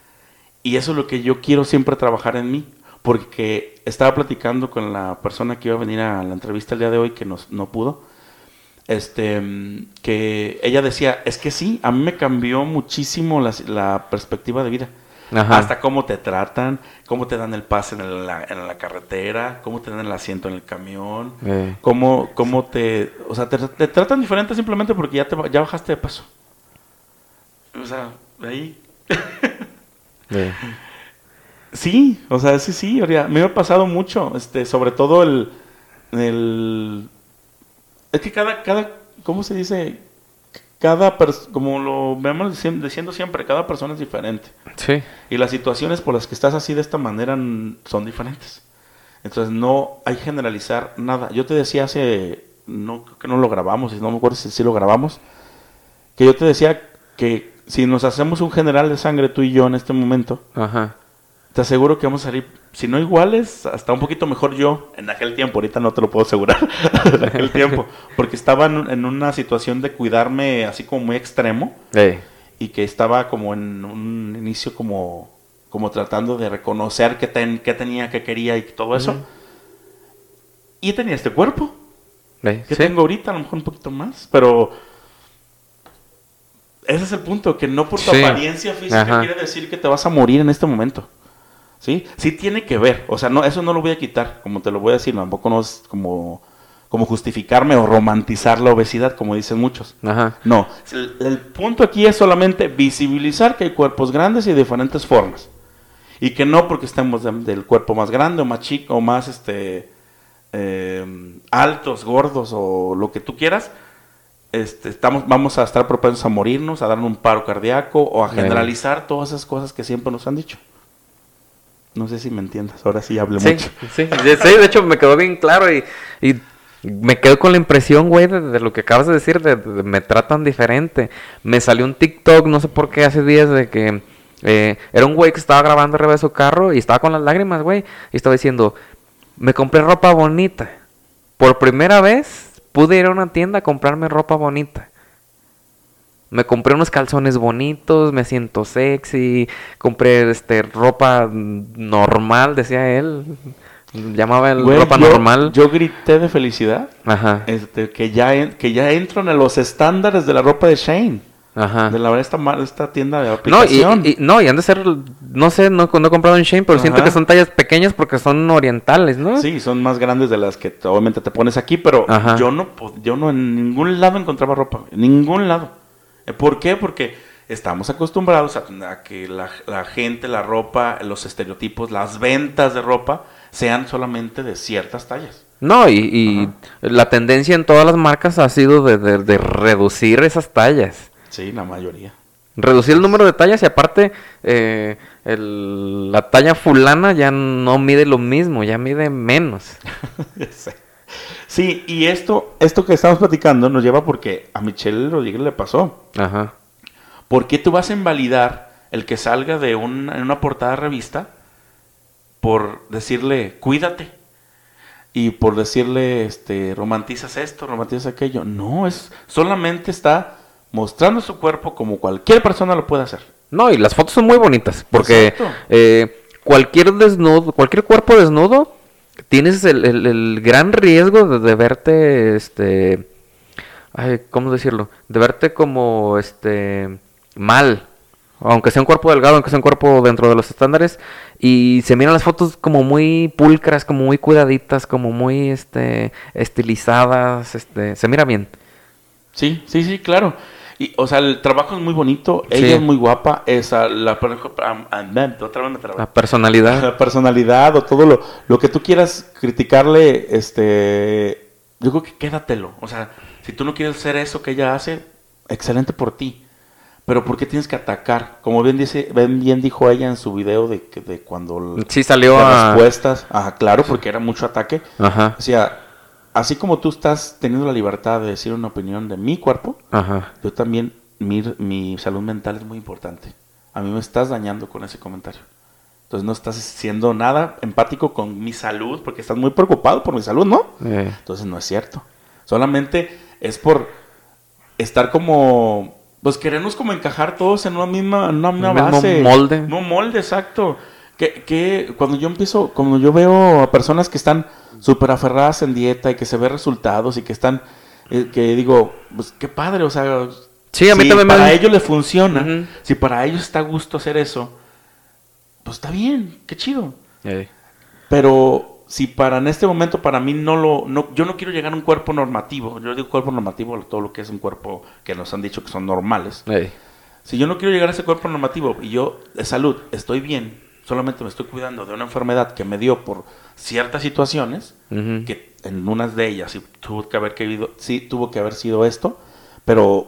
[SPEAKER 1] Y eso es lo que yo quiero siempre trabajar en mí, porque estaba platicando con la persona que iba a venir a la entrevista el día de hoy que nos, no pudo, este, mm, que ella decía, es que sí, a mí me cambió muchísimo la, la perspectiva de vida.
[SPEAKER 2] Ajá.
[SPEAKER 1] Hasta cómo te tratan, cómo te dan el pase en la, en la carretera, cómo te dan el asiento en el camión,
[SPEAKER 2] Eh.
[SPEAKER 1] cómo, cómo te... O sea, te, te tratan diferente simplemente porque ya, te, ya bajaste de peso. O sea, ahí...
[SPEAKER 2] eh.
[SPEAKER 1] Sí, o sea, sí, sí, Oria, me ha pasado mucho, este, sobre todo el... el es que cada, cada, ¿cómo se dice? Cada persona, como lo vemos diciendo, diciendo siempre, cada persona es diferente.
[SPEAKER 2] Sí.
[SPEAKER 1] Y las situaciones por las que estás así de esta manera n- son diferentes. Entonces no hay que generalizar nada. Yo te decía hace, no creo que no lo grabamos, y no me acuerdo si sí lo grabamos, que yo te decía que si nos hacemos un general de sangre tú y yo en este momento,
[SPEAKER 2] Ajá.
[SPEAKER 1] te aseguro que vamos a salir, si no iguales, hasta un poquito mejor yo en aquel tiempo. Ahorita no te lo puedo asegurar, en aquel tiempo, porque estaba en, en una situación de cuidarme así como muy extremo
[SPEAKER 2] Eh.
[SPEAKER 1] y que estaba como en un inicio como, como tratando de reconocer qué, ten- qué tenía, qué quería y todo eso.
[SPEAKER 2] Ujú.
[SPEAKER 1] Y tenía este cuerpo
[SPEAKER 2] Eh.
[SPEAKER 1] que
[SPEAKER 2] Sí.
[SPEAKER 1] tengo ahorita, a lo mejor un poquito más, pero ese es el punto, que no por tu
[SPEAKER 2] Sí.
[SPEAKER 1] apariencia física
[SPEAKER 2] Ajá.
[SPEAKER 1] quiere decir que te vas a morir en este momento. ¿Sí? Sí tiene que ver, o sea, no, eso no lo voy a quitar, como te lo voy a decir, tampoco no es como, como justificarme o romantizar la obesidad, como dicen muchos.
[SPEAKER 2] Ajá.
[SPEAKER 1] No, el, el punto aquí es solamente visibilizar que hay cuerpos grandes y de diferentes formas. Y que no porque estemos de- del cuerpo más grande o más chico o más este, eh, altos, gordos o lo que tú quieras, este, estamos, vamos a estar propensos a morirnos, a dar un paro cardíaco o a
[SPEAKER 2] Sí.
[SPEAKER 1] generalizar todas esas cosas que siempre nos han dicho. No sé si me entiendas, ahora sí hablé
[SPEAKER 2] Sí,
[SPEAKER 1] mucho.
[SPEAKER 2] sí, de, sí, de hecho me quedó bien claro y, y me quedo con la impresión, güey, de, de lo que acabas de decir, de, de- me tratan diferente. Me salió un TikTok, no sé por qué, hace días de que eh, era un güey que estaba grabando arriba de su carro y estaba con las lágrimas, güey, y estaba diciendo, me compré ropa bonita. Por primera vez pude ir a una tienda a comprarme ropa bonita. Me compré unos calzones bonitos, me siento sexy, compré este ropa normal, decía él. Llamaba el
[SPEAKER 1] Güey,
[SPEAKER 2] ropa
[SPEAKER 1] yo,
[SPEAKER 2] normal.
[SPEAKER 1] yo grité de felicidad.
[SPEAKER 2] Ajá.
[SPEAKER 1] Este, que ya en- que ya entran en los estándares de la ropa de Shane.
[SPEAKER 2] Ajá.
[SPEAKER 1] De la esta, mar- esta tienda de
[SPEAKER 2] No, y,
[SPEAKER 1] aplicación.
[SPEAKER 2] y- no, y han de ser, no sé, no, no he comprado en Shein, pero siento
[SPEAKER 1] Ajá.
[SPEAKER 2] que son tallas pequeñas porque son orientales, ¿no?
[SPEAKER 1] Sí, son más grandes de las que te- obviamente te pones aquí, pero
[SPEAKER 2] Ajá.
[SPEAKER 1] yo no po- yo no en ningún lado encontraba ropa, en ningún lado. Eh, ¿Por qué? Porque estamos acostumbrados a, a que la, la gente, la ropa, los estereotipos, las ventas de ropa sean solamente de ciertas tallas.
[SPEAKER 2] No, y, y la tendencia en todas las marcas ha sido de, de- de reducir esas tallas.
[SPEAKER 1] Sí, la mayoría.
[SPEAKER 2] Reducir el número de tallas y aparte eh, el- la talla fulana ya no mide lo mismo, ya mide menos.
[SPEAKER 1] Sí. Sí, y esto, esto que estamos platicando nos lleva porque a Michelle Rodríguez le pasó.
[SPEAKER 2] Ajá.
[SPEAKER 1] ¿Por qué tú vas a invalidar el que salga de un- en una portada de revista por decirle cuídate? Y por decirle, este, romantizas esto, romantizas aquello. No, es solamente está mostrando su cuerpo como cualquier persona lo puede hacer.
[SPEAKER 2] No, y las fotos son muy bonitas porque
[SPEAKER 1] Exacto.
[SPEAKER 2] eh, cualquier desnudo, cualquier cuerpo desnudo, tienes el, el- el gran riesgo de, de verte, este, ay, ¿cómo decirlo? De verte como, este, mal. Aunque sea un cuerpo delgado, aunque sea un cuerpo dentro de los estándares, y se miran las fotos como muy pulcras, como muy cuidaditas, como muy, este, estilizadas, este, se mira bien.
[SPEAKER 1] Sí, sí, sí, claro. Y, o sea, el trabajo es muy bonito,
[SPEAKER 2] Sí.
[SPEAKER 1] ella es muy guapa, esa, la, por ejemplo, am- am- otra vez me trabé.
[SPEAKER 2] La personalidad.
[SPEAKER 1] La personalidad o todo lo, lo que tú quieras criticarle, este, yo creo que quédatelo. O sea, si tú no quieres hacer eso que ella hace, excelente por ti. Pero ¿por qué tienes que atacar? Como bien dice, bien, bien dijo ella en su video de, que- de cuando
[SPEAKER 2] Sí salió
[SPEAKER 1] de
[SPEAKER 2] a...
[SPEAKER 1] respuestas, ajá, claro, porque era mucho ataque.
[SPEAKER 2] Ajá,
[SPEAKER 1] O sea, así como tú estás teniendo la libertad de decir una opinión de mi cuerpo,
[SPEAKER 2] ajá.
[SPEAKER 1] yo también, mi, mi salud mental es muy importante. A mí me estás dañando con ese comentario. Entonces no estás siendo nada empático con mi salud, porque estás muy preocupado por mi salud, ¿no?
[SPEAKER 2] Eh,
[SPEAKER 1] Entonces no es cierto. Solamente es por estar como, pues queremos como encajar todos en una misma, en una misma
[SPEAKER 2] El mismo
[SPEAKER 1] base.
[SPEAKER 2] molde.
[SPEAKER 1] No molde, exacto. Que, que cuando yo empiezo, cuando yo veo a personas que están súper aferradas en dieta y que se ve resultados y que están, eh, que digo, pues qué padre, o sea,
[SPEAKER 2] Sí, a mí
[SPEAKER 1] si
[SPEAKER 2] también me-
[SPEAKER 1] para ellos le funciona,
[SPEAKER 2] Ujú.
[SPEAKER 1] si para ellos está a gusto hacer eso, pues está bien, qué chido.
[SPEAKER 2] eh,
[SPEAKER 1] Pero si para en este momento para mí no lo, no, yo no quiero llegar a un cuerpo normativo, yo digo cuerpo normativo, todo lo que es un cuerpo que nos han dicho que son normales.
[SPEAKER 2] eh.
[SPEAKER 1] Si yo no quiero llegar a ese cuerpo normativo y yo de salud estoy bien, solamente me estoy cuidando de una enfermedad que me dio por ciertas situaciones,
[SPEAKER 2] Ujú.
[SPEAKER 1] que en unas de ellas sí tuvo que haber querido, sí tuvo que haber sido esto, pero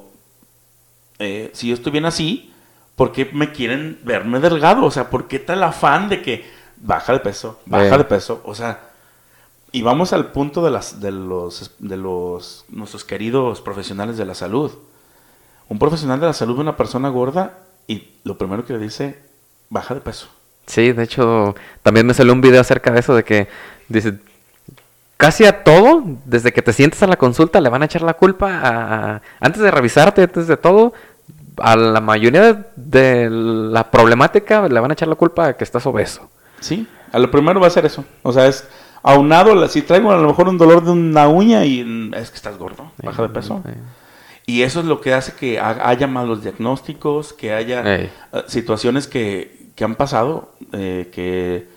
[SPEAKER 1] eh, si yo estoy bien así, ¿por qué me quieren verme delgado? O sea, ¿por qué está el afán de que baja de peso, baja
[SPEAKER 2] Eh.
[SPEAKER 1] de peso? O sea, y vamos al punto de las de los de los nuestros queridos profesionales de la salud. Un profesional de la salud ve una persona gorda y lo primero que le dice, baja de peso.
[SPEAKER 2] Sí, de hecho, también me salió un video acerca de eso, de que dice, casi a todo, desde que te sientes a la consulta, le van a echar la culpa a, antes de revisarte, antes de todo, a la mayoría de, de la problemática le van a echar la culpa a que estás obeso.
[SPEAKER 1] Sí, a lo primero va a ser eso. O sea, es aunado, la- si traigo a lo mejor un dolor de una uña y mm, es que estás gordo, baja de peso.
[SPEAKER 2] Eh,
[SPEAKER 1] Y eso es lo que hace que ha- haya malos diagnósticos, que haya
[SPEAKER 2] Ey.
[SPEAKER 1] eh, situaciones que, que han pasado, eh, que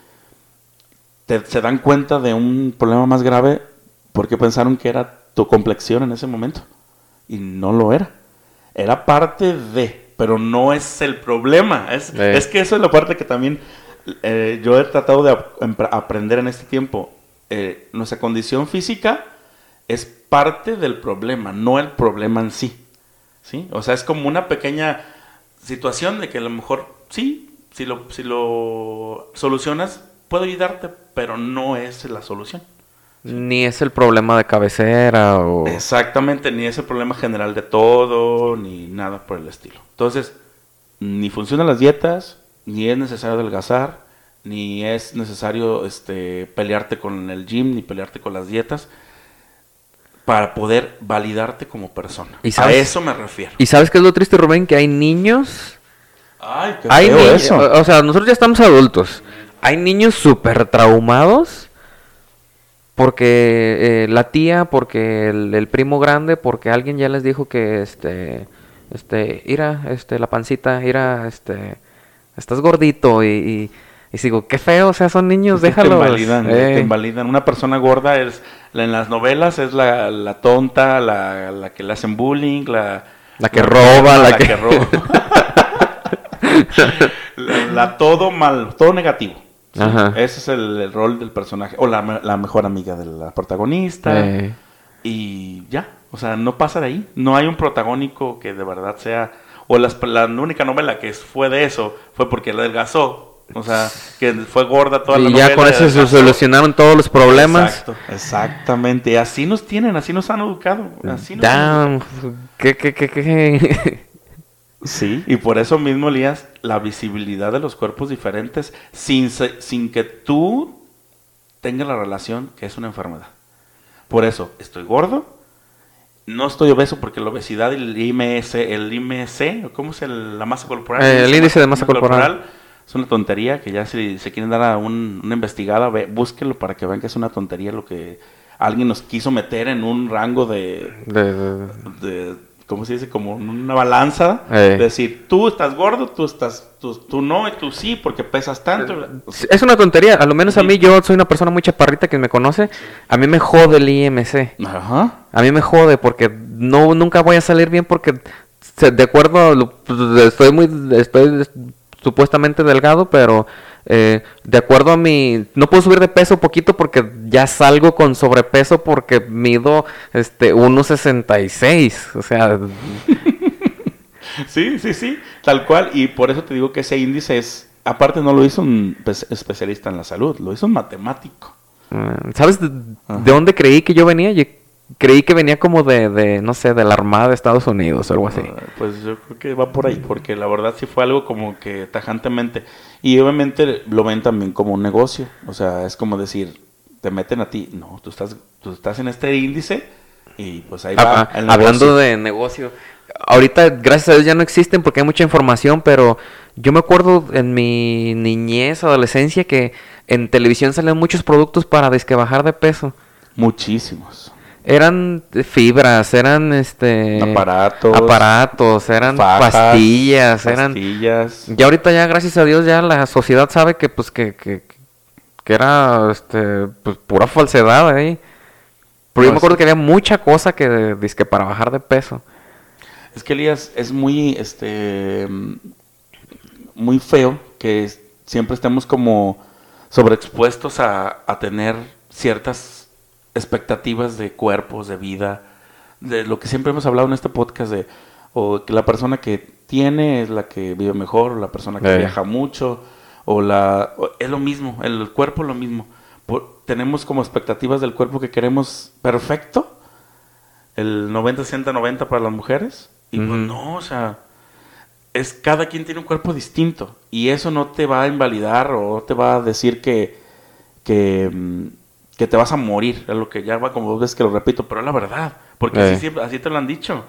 [SPEAKER 1] te- se dan cuenta de un problema más grave porque pensaron que era tu complexión en ese momento. Y no lo era. Era parte de, pero no es el problema. Es,
[SPEAKER 2] Ey.
[SPEAKER 1] es que eso es la parte que también eh, yo he tratado de ap- empre- aprender en este tiempo. Eh, nuestra condición física es parte del problema, no el problema en sí. ¿Sí? O sea, es como una pequeña situación de que a lo mejor, sí, si lo, si lo solucionas, puedo ayudarte, pero no es la solución.
[SPEAKER 2] Ni es el problema de cabecera o...
[SPEAKER 1] Exactamente, ni es el problema general de todo, ni nada por el estilo. Entonces, ni funcionan las dietas, ni es necesario adelgazar, ni es necesario este, pelearte con el gym, ni pelearte con las dietas. para poder validarte como persona.
[SPEAKER 2] ¿Y
[SPEAKER 1] A
[SPEAKER 2] sabes-
[SPEAKER 1] eso me refiero.
[SPEAKER 2] ¿Y sabes qué es lo triste, Rubén? Que hay niños...
[SPEAKER 1] Ay, qué
[SPEAKER 2] Hay
[SPEAKER 1] feo
[SPEAKER 2] ni-
[SPEAKER 1] eso.
[SPEAKER 2] O, o sea, nosotros ya estamos adultos. Hay niños súper traumados porque eh, la tía, porque el, el primo grande, porque alguien ya les dijo que este, este, ira, este, la pancita, ira, este, estás gordito y, y, y digo, qué feo, o sea, son niños,
[SPEAKER 1] Te
[SPEAKER 2] déjalos.
[SPEAKER 1] invalidan,
[SPEAKER 2] eh.
[SPEAKER 1] te invalidan. Una persona gorda es, la- en las novelas es la, la tonta, la, la que le hacen bullying, la...
[SPEAKER 2] La que roba, la que-
[SPEAKER 1] roba. la, la todo mal, todo negativo. ¿sí?
[SPEAKER 2] Ajá.
[SPEAKER 1] Ese es el, el rol del personaje. O la, me- la mejor amiga de la protagonista.
[SPEAKER 2] Eh.
[SPEAKER 1] Y ya, o sea, no pasa de ahí. No hay un protagónico que de verdad sea... O las, la única novela que fue de eso fue porque la adelgazó. O sea, que fue gorda toda la
[SPEAKER 2] Y
[SPEAKER 1] novela.
[SPEAKER 2] ya con eso se
[SPEAKER 1] adelgazó.
[SPEAKER 2] solucionaron todos los problemas.
[SPEAKER 1] Exacto, exactamente. Así nos tienen, así nos han educado. Así nos
[SPEAKER 2] Damn, ¿qué, qué, qué, qué?
[SPEAKER 1] Sí, y por eso mismo, Elías, la visibilidad de los cuerpos diferentes sin, se- sin que tú tengas la relación que es una enfermedad. Por eso, estoy gordo, no estoy obeso porque la obesidad y el I M S, el I M C, ¿cómo es el- la masa corporal?
[SPEAKER 2] Eh, el índice de masa corporal.
[SPEAKER 1] Es una tontería que ya si se quieren dar a un- una investigada, ve, búsquenlo para que vean que es una tontería lo que alguien nos quiso meter en un rango de,
[SPEAKER 2] De- de-
[SPEAKER 1] de ¿cómo se dice? Como una balanza.
[SPEAKER 2] Eh.
[SPEAKER 1] Decir, tú estás gordo, tú estás, tú, tú no y tú sí porque pesas tanto.
[SPEAKER 2] Es una tontería, a lo menos a mí, yo soy una persona muy chaparrita que me conoce, a mí me jode el I M C,
[SPEAKER 1] Ajá.
[SPEAKER 2] a mí me jode porque no nunca voy a salir bien porque se- de acuerdo, a lo- pues, estoy muy, estoy supuestamente delgado, pero eh, de acuerdo a mi, no puedo subir de peso poquito porque ya salgo con sobrepeso porque mido este uno sesenta y seis, o sea,
[SPEAKER 1] Sí, sí, sí, tal cual. Y por eso te digo que ese índice es, aparte no lo hizo un pe- especialista en la salud, lo hizo un matemático.
[SPEAKER 2] Mm, ¿sabes de,
[SPEAKER 1] Ajá.
[SPEAKER 2] de dónde creí que yo venía? Yo creí que venía como de, de, no sé, de la Armada de Estados Unidos o algo así.
[SPEAKER 1] Ah, Pues yo creo que va por ahí, porque la verdad sí fue algo como que tajantemente. Y obviamente lo ven también como un negocio. O sea, es como decir, te meten a ti. No, tú estás, tú estás en este índice y pues ahí va.
[SPEAKER 2] Ah, ah,
[SPEAKER 1] el
[SPEAKER 2] hablando
[SPEAKER 1] negocio.
[SPEAKER 2] de negocio, ahorita gracias a Dios ya no existen porque hay mucha información, pero yo me acuerdo en mi niñez, adolescencia, que en televisión salían muchos productos para disque bajar de peso.
[SPEAKER 1] Muchísimos.
[SPEAKER 2] Eran fibras, eran este
[SPEAKER 1] Aparatos.
[SPEAKER 2] aparatos, eran
[SPEAKER 1] fajas,
[SPEAKER 2] pastillas, eran
[SPEAKER 1] pastillas.
[SPEAKER 2] ya ahorita ya gracias a Dios ya la sociedad sabe que pues que, que, que era este pues pura falsedad ahí. Pero yo
[SPEAKER 1] No,
[SPEAKER 2] me acuerdo
[SPEAKER 1] sí.
[SPEAKER 2] que había mucha cosa que dizque para bajar de peso.
[SPEAKER 1] Es que Elías es muy, este, mm, muy feo que es- siempre estemos como sobreexpuestos a, a tener ciertas expectativas de cuerpos, de vida, de lo que siempre hemos hablado en este podcast de, o que la persona que tiene es la que vive mejor, o la persona que
[SPEAKER 2] Eh.
[SPEAKER 1] viaja mucho, o la, o- es lo mismo, el cuerpo es lo mismo. Por- tenemos como expectativas del cuerpo que queremos perfecto, el noventa, sesenta, noventa para las mujeres, y pues
[SPEAKER 2] Ujú.
[SPEAKER 1] no, o sea, es cada quien tiene un cuerpo distinto, y eso no te va a invalidar o no te va a decir que, que, mm, que te vas a morir, es lo que ya va como dos veces que lo repito, pero es la verdad, porque
[SPEAKER 2] Eh.
[SPEAKER 1] así, siempre- así te lo han dicho.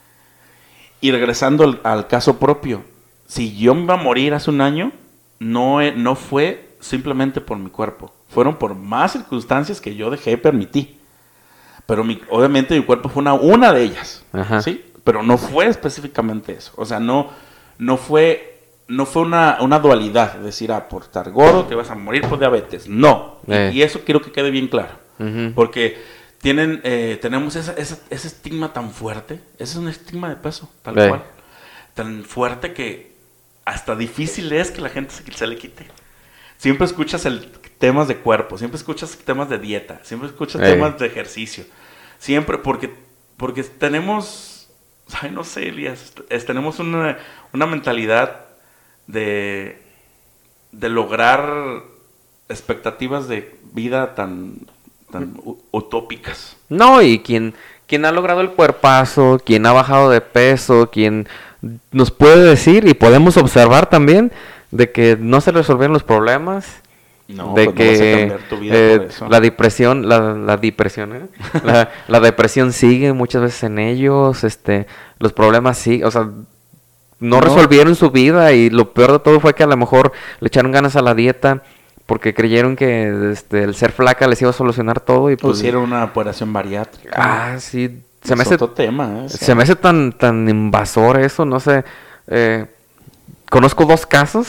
[SPEAKER 1] Y regresando al, al caso propio, si yo me iba a morir hace un año, no, e- no fue simplemente por mi cuerpo, fueron por más circunstancias que yo dejé permitir. Pero mi, obviamente mi cuerpo fue una, una de ellas,
[SPEAKER 2] Ajá.
[SPEAKER 1] ¿sí? Pero no fue específicamente eso. O sea, no, no fue, no fue una, una dualidad, decir, ah, por estar gordo te vas a morir por diabetes. No. Y-
[SPEAKER 2] Eh.
[SPEAKER 1] Y, eso quiero que quede bien claro.
[SPEAKER 2] Ujú.
[SPEAKER 1] Porque tienen, eh, tenemos esa- esa- ese estigma tan fuerte. Ese es un estigma de peso, tal
[SPEAKER 2] Eh.
[SPEAKER 1] cual. Tan fuerte que hasta difícil es que la gente se, se le quite. Siempre escuchas el temas de cuerpo, siempre escuchas temas de dieta, siempre escuchas
[SPEAKER 2] Eh.
[SPEAKER 1] temas de ejercicio. Siempre, porque, porque tenemos, ay, no sé, Elías, es- tenemos una, una mentalidad de, de lograr expectativas de vida tan, tan u- utópicas.
[SPEAKER 2] No, y quien, quien ha logrado el cuerpazo, quien ha bajado de peso, quien nos puede decir y podemos observar también de que no se resolvieron los problemas
[SPEAKER 1] No,
[SPEAKER 2] de
[SPEAKER 1] pues no vas a
[SPEAKER 2] que
[SPEAKER 1] cambiar tu vida
[SPEAKER 2] eh,
[SPEAKER 1] por eso.
[SPEAKER 2] la depresión, la, la depresión, ¿eh? la, la depresión sigue muchas veces en ellos, este, los problemas sí, o sea, no,
[SPEAKER 1] No.
[SPEAKER 2] resolvieron su vida y lo peor de todo fue que a lo mejor le echaron ganas a la dieta porque creyeron que este, el ser flaca les iba a solucionar todo y pues
[SPEAKER 1] Pusieron una operación bariátrica.
[SPEAKER 2] ah, sí, se
[SPEAKER 1] Es
[SPEAKER 2] me hace
[SPEAKER 1] otro tema, ¿eh? O sea,
[SPEAKER 2] se me hace tan tan invasor eso, no sé. Eh, conozco dos casos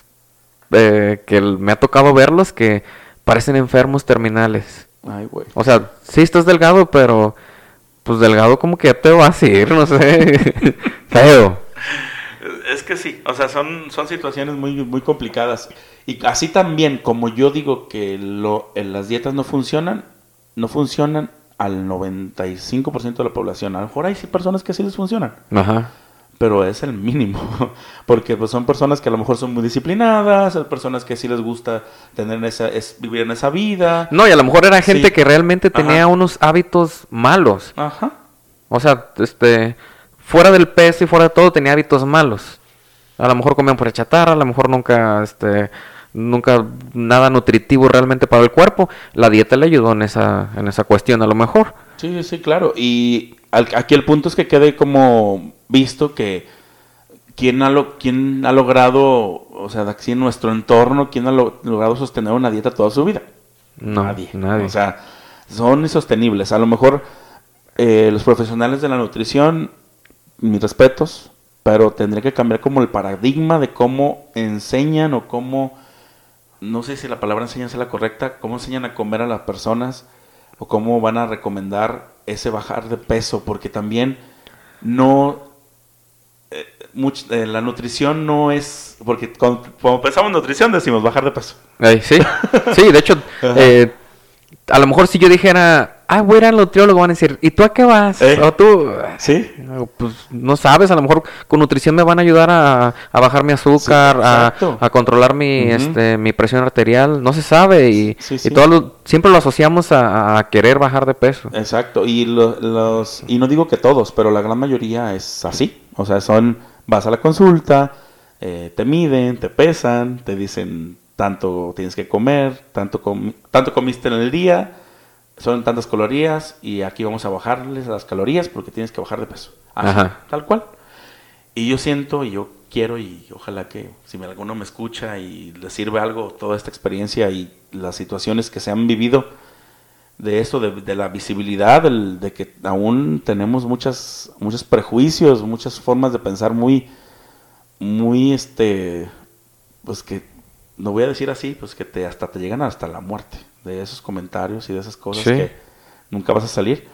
[SPEAKER 2] eh, que el- me ha tocado verlos que parecen enfermos terminales.
[SPEAKER 1] Ay, güey.
[SPEAKER 2] O sea, sí estás delgado, pero pues delgado como que ya te vas a ir, no sé. Feo.
[SPEAKER 1] Es que sí, o sea, son, son situaciones muy, muy complicadas. Y así también, como yo digo que lo, en las dietas no funcionan, no funcionan al noventa y cinco por ciento de la población. A lo mejor hay sí personas que sí les funcionan,
[SPEAKER 2] Ajá.
[SPEAKER 1] pero es el mínimo. Porque pues, son personas que a lo mejor son muy disciplinadas, hay personas que sí les gusta tener esa, es, vivir en esa vida.
[SPEAKER 2] No, y a lo mejor era gente
[SPEAKER 1] Sí.
[SPEAKER 2] que realmente tenía
[SPEAKER 1] Ajá.
[SPEAKER 2] unos hábitos malos.
[SPEAKER 1] Ajá.
[SPEAKER 2] O sea, este, fuera del peso y fuera de todo tenía hábitos malos. A lo mejor comían por chatarra, a lo mejor nunca, este, nunca nada nutritivo realmente para el cuerpo. La dieta le ayudó en esa, en esa cuestión, a lo mejor.
[SPEAKER 1] Sí, sí, claro. Y al- aquí el punto es que quede como visto que quién ha, lo, quién ha logrado, o sea, de aquí en nuestro entorno, quién ha lo- logrado sostener una dieta toda su vida.
[SPEAKER 2] No,
[SPEAKER 1] nadie.
[SPEAKER 2] nadie.
[SPEAKER 1] O sea, son insostenibles. A lo mejor eh, los profesionales de la nutrición, mis respetos, pero tendría que cambiar como el paradigma de cómo enseñan o cómo, no sé si la palabra enseñan es la correcta, cómo enseñan a comer a las personas o cómo van a recomendar ese bajar de peso, porque también no, eh, much- eh, la nutrición no es, porque cuando, cuando pensamos en nutrición decimos bajar de peso.
[SPEAKER 2] Ey, sí, sí, de hecho,
[SPEAKER 1] Ajá.
[SPEAKER 2] eh, a lo mejor si yo dijera, ah, voy a ir al nutriólogo, van a decir, ¿y tú a qué vas?
[SPEAKER 1] Eh.
[SPEAKER 2] O tú,
[SPEAKER 1] ¿Sí?
[SPEAKER 2] pues no sabes, a lo mejor con nutrición me van a ayudar a, a bajar mi azúcar,
[SPEAKER 1] Sí,
[SPEAKER 2] a,
[SPEAKER 1] exacto.
[SPEAKER 2] a controlar mi,
[SPEAKER 1] Ujú.
[SPEAKER 2] este, mi presión arterial, no se sabe y,
[SPEAKER 1] Sí,
[SPEAKER 2] y
[SPEAKER 1] sí.
[SPEAKER 2] todo lo- siempre lo asociamos a, a querer bajar de peso.
[SPEAKER 1] Exacto, y lo- los y no digo que todos, pero la gran mayoría es así. O sea, son, vas a la consulta, eh, te miden, te pesan, te dicen tanto tienes que comer, tanto, comi- tanto comiste en el día, son tantas calorías y aquí vamos a bajarles las calorías porque tienes que bajar de peso. Así,
[SPEAKER 2] Ajá.
[SPEAKER 1] tal cual. Y yo siento y yo quiero y ojalá que si me- alguno me escucha y le sirve algo toda esta experiencia y las situaciones que se han vivido de esto, de, de la visibilidad, del- de que aún tenemos muchas, muchos prejuicios, muchas formas de pensar muy, muy, este, pues que, no voy a decir así, pues que te hasta te llegan hasta la muerte, de esos comentarios y de esas cosas
[SPEAKER 2] Sí.
[SPEAKER 1] que nunca vas a salir.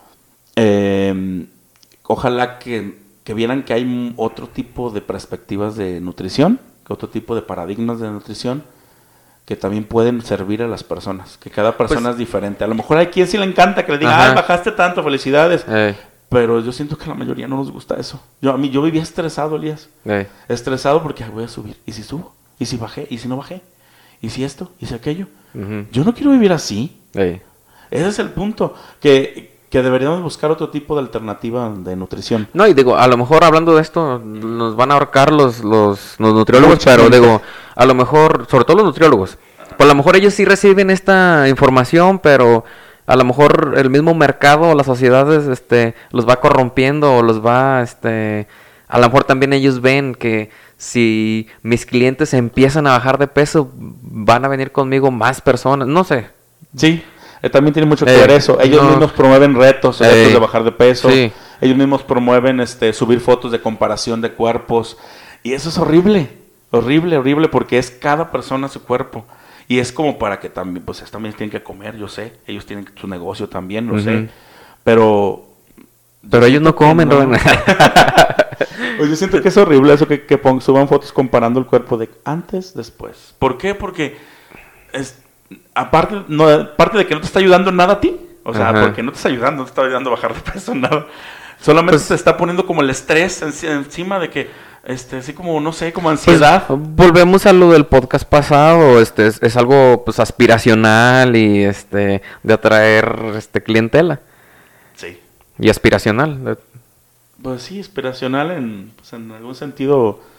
[SPEAKER 1] Eh, ojalá que, que vieran que hay m- otro tipo de perspectivas de nutrición, que otro tipo de paradigmas de nutrición que también pueden servir a las personas, que cada persona
[SPEAKER 2] Pues-
[SPEAKER 1] es diferente. A lo mejor hay quien sí le encanta que le diga,
[SPEAKER 2] Ajá.
[SPEAKER 1] ay, bajaste tanto, felicidades.
[SPEAKER 2] Ey,
[SPEAKER 1] Pero yo siento que a la mayoría no nos gusta eso. Yo, a mí, yo vivía estresado, Elías.
[SPEAKER 2] ey.
[SPEAKER 1] Estresado porque ay, voy a subir. ¿Y si subo? ¿Y si bajé? ¿Y si no bajé? ¿Y si esto? ¿Y si aquello?
[SPEAKER 2] Ujú.
[SPEAKER 1] Yo no quiero vivir así.
[SPEAKER 2] Ey.
[SPEAKER 1] Ese es el punto. Que, que deberíamos buscar otro tipo de alternativa de nutrición.
[SPEAKER 2] No, y digo, a lo mejor hablando de esto, nos van a ahorcar los, los, los nutriólogos,
[SPEAKER 1] Mucha
[SPEAKER 2] pero
[SPEAKER 1] gente.
[SPEAKER 2] digo, a lo mejor, sobre todo los nutriólogos, pues a lo mejor ellos sí reciben esta información, pero a lo mejor el mismo mercado o las sociedades este, los va corrompiendo o los va, este, a lo mejor también ellos ven que si mis clientes empiezan a bajar de peso, van a venir conmigo más personas, no sé.
[SPEAKER 1] Sí, eh, también tiene mucho que
[SPEAKER 2] Eh,
[SPEAKER 1] ver eso. Ellos
[SPEAKER 2] no.
[SPEAKER 1] mismos promueven retos,
[SPEAKER 2] Eh,
[SPEAKER 1] retos de bajar de peso.
[SPEAKER 2] sí.
[SPEAKER 1] Ellos mismos promueven este, subir fotos de comparación de cuerpos. Y eso es horrible, horrible, horrible, porque es cada persona su cuerpo. Y es como para que también, pues ellos también tienen que comer, yo sé. Ellos tienen su negocio también, lo
[SPEAKER 2] Ujú.
[SPEAKER 1] sé. Pero...
[SPEAKER 2] Pero ellos no
[SPEAKER 1] siento que
[SPEAKER 2] comen,
[SPEAKER 1] no.
[SPEAKER 2] Rubén.
[SPEAKER 1] Pues yo siento que es horrible eso que, que pon- suban fotos comparando el cuerpo de antes, después. ¿Por qué? Porque es, aparte, no, aparte de que no te está ayudando nada a ti, o sea,
[SPEAKER 2] Ajá.
[SPEAKER 1] porque no te está ayudando, no te está ayudando a bajar de peso, nada. Solamente
[SPEAKER 2] Pues-
[SPEAKER 1] te está poniendo como el estrés enci- encima de que, este, así como, no sé, como
[SPEAKER 2] Pues,
[SPEAKER 1] ansiedad.
[SPEAKER 2] volvemos a lo del podcast pasado, este es, es algo pues aspiracional y este de atraer este clientela
[SPEAKER 1] Sí.
[SPEAKER 2] y aspiracional.
[SPEAKER 1] Pues sí, inspiracional en, pues, en algún sentido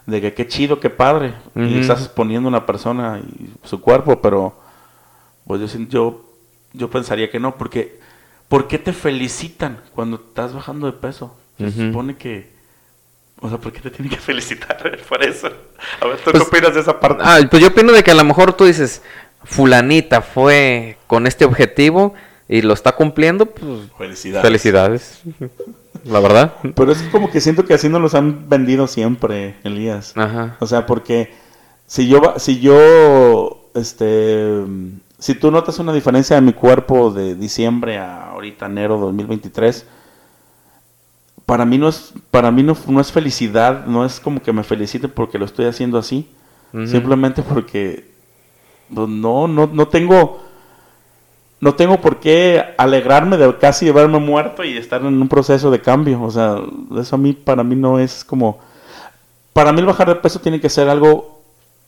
[SPEAKER 1] de que qué chido, qué padre,
[SPEAKER 2] Ujú.
[SPEAKER 1] y estás exponiendo a una persona y su cuerpo, pero pues yo, siento- yo, yo pensaría que no, porque ¿por qué te felicitan cuando estás bajando de peso? Se
[SPEAKER 2] Ujú.
[SPEAKER 1] supone que, o sea, ¿por qué te tienen que felicitar por eso? A ver, ¿tú
[SPEAKER 2] Pues,
[SPEAKER 1] qué opinas de esa parte?
[SPEAKER 2] Ah, pues yo opino de que a lo mejor tú dices, fulanita fue con este objetivo y lo está cumpliendo, pues
[SPEAKER 1] Felicidades.
[SPEAKER 2] felicidades. La verdad.
[SPEAKER 1] Pero es como que siento que así nos los han vendido siempre, Elías.
[SPEAKER 2] Ajá.
[SPEAKER 1] O sea, porque si yo, va- si yo, este, si tú notas una diferencia de mi cuerpo de diciembre a ahorita enero dos mil veintitrés, para mí no es, para mí no, no es felicidad, no es como que me felicite porque lo estoy haciendo así,
[SPEAKER 2] Ujú.
[SPEAKER 1] simplemente porque pues, no, no, no tengo, no tengo por qué alegrarme de casi haberme muerto y estar en un proceso de cambio. O sea, eso a mí, para mí no es como, para mí el bajar de peso tiene que ser algo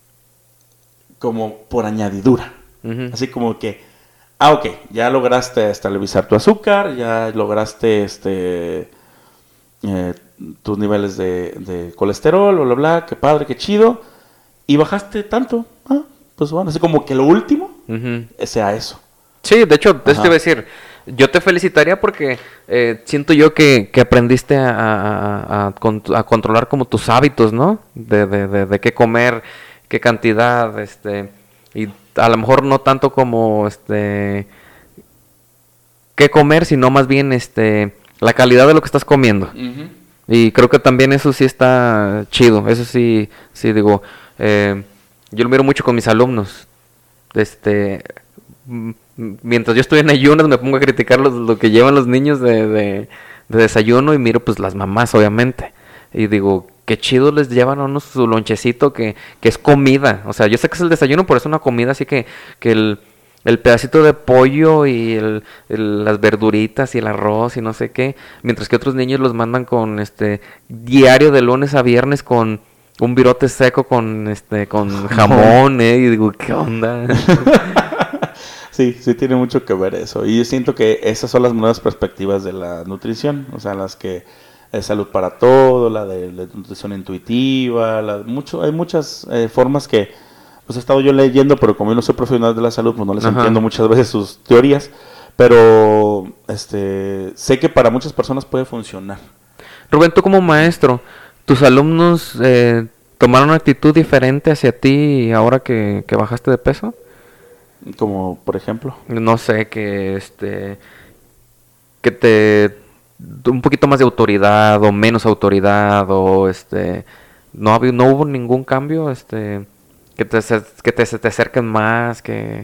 [SPEAKER 1] como por añadidura.
[SPEAKER 2] Ujú.
[SPEAKER 1] Así como que, ah, ok, ya lograste estabilizar tu azúcar, ya lograste este eh, tus niveles de, de colesterol, bla, bla, bla, qué padre, qué chido, y bajaste tanto, ah, pues bueno, así como que lo último
[SPEAKER 2] Ujú.
[SPEAKER 1] sea eso.
[SPEAKER 2] Sí, de hecho, eso
[SPEAKER 1] Ajá.
[SPEAKER 2] te iba a decir. Yo te felicitaría porque eh, siento yo que, que aprendiste a, a- a con- a controlar como tus hábitos, ¿no? De, de, de, de qué comer, qué cantidad, este, y a lo mejor no tanto como, este, qué comer, sino más bien, este, la calidad de lo que estás comiendo. Y creo que también eso sí está chido. Eso sí, sí digo, eh, yo lo miro mucho con mis alumnos. Este, m- m- mientras yo estoy en ayunas me pongo a criticar los- lo que llevan los niños de, de- de desayuno y miro pues las mamás obviamente. Y digo, qué chido les llevan a unos su lonchecito que, que es comida. O sea, yo sé que es el desayuno, pero es una comida así que, que el, el pedacito de pollo y el, el- las verduritas y el arroz y no sé qué. Mientras que otros niños los mandan con este diario de lunes a viernes con un virote seco con este con jamón, eh, y digo, ¿qué onda?
[SPEAKER 1] Sí, sí tiene mucho que ver eso. Y yo siento que esas son las nuevas perspectivas de la nutrición. O sea, las que es salud para todo, la de la nutrición intuitiva, la, mucho, hay muchas eh, formas que pues he estado yo leyendo, pero como yo no soy profesional de la salud, pues no les
[SPEAKER 2] Ajá.
[SPEAKER 1] entiendo muchas veces sus teorías. Pero este sé que para muchas personas puede funcionar.
[SPEAKER 2] Rubén, tú como maestro, ¿tus alumnos eh, tomaron una actitud diferente hacia ti ahora que, que bajaste de peso?
[SPEAKER 1] Como por ejemplo.
[SPEAKER 2] No sé, que este que te un poquito más de autoridad o menos autoridad o este no habi- no hubo ningún cambio, este que te acer- que te, se te acerquen más, que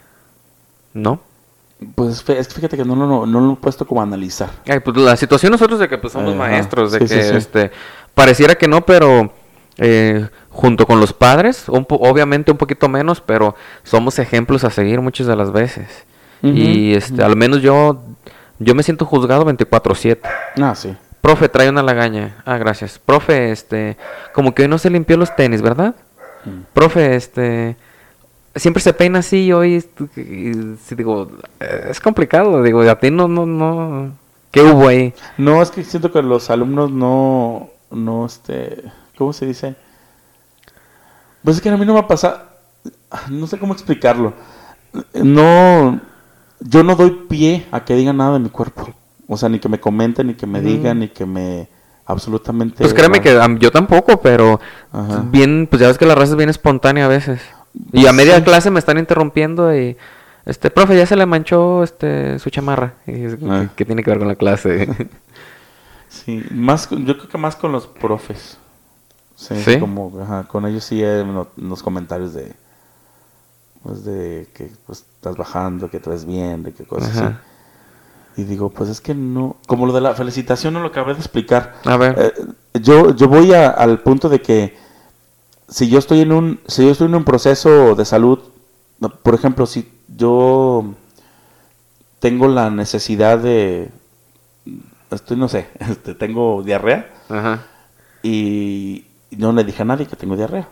[SPEAKER 2] no.
[SPEAKER 1] Pues fe- es que fíjate que no, lo- no, no lo he puesto como a analizar.
[SPEAKER 2] Ay, pues la situación nosotros de que pues somos
[SPEAKER 1] Ajá,
[SPEAKER 2] maestros, de
[SPEAKER 1] sí,
[SPEAKER 2] que
[SPEAKER 1] sí, sí.
[SPEAKER 2] este pareciera que no, pero eh, junto con los padres, un po- obviamente un poquito menos, pero somos ejemplos a seguir muchas de las veces.
[SPEAKER 1] Ujú,
[SPEAKER 2] Y este,
[SPEAKER 1] ujú.
[SPEAKER 2] al menos yo yo me siento juzgado veinticuatro siete.
[SPEAKER 1] Ah, sí.
[SPEAKER 2] Profe, trae una lagaña. Ah, gracias. Profe, este, como que hoy no se limpió los tenis, ¿verdad?
[SPEAKER 1] Mm.
[SPEAKER 2] Profe, este, siempre se peina así y hoy, est- y, sí, digo, eh, es complicado, digo, a ti no, no, no, ¿qué hubo ahí?
[SPEAKER 1] No, es que siento que los alumnos no, no, este, ¿cómo se dice? Pues es que a mí no me pasa, no sé cómo explicarlo. No, yo no doy pie a que digan nada de mi cuerpo. O sea, ni que me comenten, ni que me
[SPEAKER 2] Ujú.
[SPEAKER 1] digan, ni que me absolutamente...
[SPEAKER 2] Pues créeme
[SPEAKER 1] nada.
[SPEAKER 2] que am, yo tampoco, pero
[SPEAKER 1] Ajá.
[SPEAKER 2] bien, pues ya ves que la raza es bien espontánea a veces. Y a
[SPEAKER 1] Pues
[SPEAKER 2] media
[SPEAKER 1] sí.
[SPEAKER 2] clase me están interrumpiendo y, este, profe, ya se le manchó, este, su chamarra. Y es-
[SPEAKER 1] Ah.
[SPEAKER 2] ¿qué, qué tiene que ver con la clase?
[SPEAKER 1] Sí, más, con- yo creo que más con los profes. Sí,
[SPEAKER 2] ¿Sí?
[SPEAKER 1] como, ajá, con ellos sí hay uno- unos comentarios de, pues de que pues estás bajando, que traes bien, de qué cosas así.
[SPEAKER 2] Ajá.
[SPEAKER 1] Y digo, pues es que no, como lo de la felicitación no lo acabé de explicar.
[SPEAKER 2] A ver.
[SPEAKER 1] Eh, yo, yo voy a- al punto de que si yo estoy en un, si yo estoy en un proceso de salud, no, por ejemplo, si yo tengo la necesidad de, estoy, no sé, este, tengo diarrea
[SPEAKER 2] Ajá.
[SPEAKER 1] y no le dije a nadie que tengo diarrea.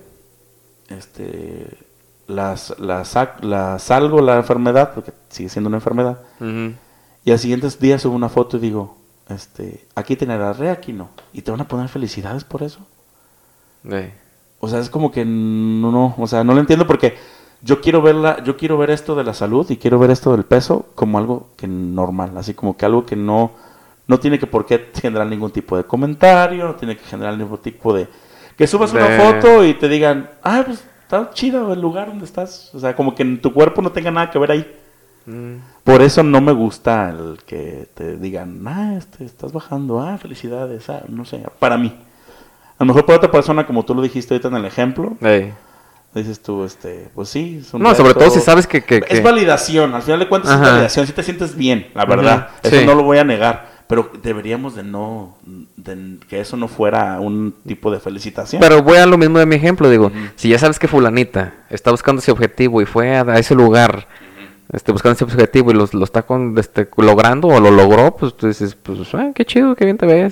[SPEAKER 1] Este, las, la, sac- la salgo la enfermedad, porque sigue siendo una enfermedad.
[SPEAKER 2] Ujú.
[SPEAKER 1] Y al siguiente día subo una foto y digo, este, aquí tiene diarrea, aquí no. Y te van a poner felicidades por eso.
[SPEAKER 2] Eh.
[SPEAKER 1] o sea, es como que no, no, o sea, no lo entiendo porque yo quiero verla, yo quiero ver esto de la salud y quiero ver esto del peso como algo que normal, así como que algo que no, no tiene que por qué generar ningún tipo de comentario, no tiene que generar ningún tipo de... Que subas
[SPEAKER 2] De-
[SPEAKER 1] una foto y te digan, ah, pues está chido el lugar donde estás, o sea, como que en tu cuerpo no tenga nada que ver ahí.
[SPEAKER 2] Mm.
[SPEAKER 1] Por eso no me gusta el que te digan, ah, este, estás bajando, ah, felicidades, ah, no sé, para mí. A lo mejor para otra persona, como tú lo dijiste ahorita en el ejemplo,
[SPEAKER 2] Ey.
[SPEAKER 1] dices tú, este, pues sí, es un
[SPEAKER 2] No, sobre
[SPEAKER 1] reto.
[SPEAKER 2] todo si sabes que... que,
[SPEAKER 1] Es
[SPEAKER 2] que-
[SPEAKER 1] validación, al final de cuentas
[SPEAKER 2] Ajá.
[SPEAKER 1] es validación, si te sientes bien, la verdad,
[SPEAKER 2] Ujú,
[SPEAKER 1] eso
[SPEAKER 2] sí.
[SPEAKER 1] no lo voy a negar, pero deberíamos de no, de que eso no fuera un tipo de felicitación.
[SPEAKER 2] Pero voy a lo mismo de mi ejemplo, digo,
[SPEAKER 1] Ujú.
[SPEAKER 2] si ya sabes que fulanita está buscando ese objetivo y fue a, a ese lugar, este, buscando ese objetivo y los- lo, está con, este, logrando o lo logró, pues tú dices, pues, ah, qué chido, qué bien te ves.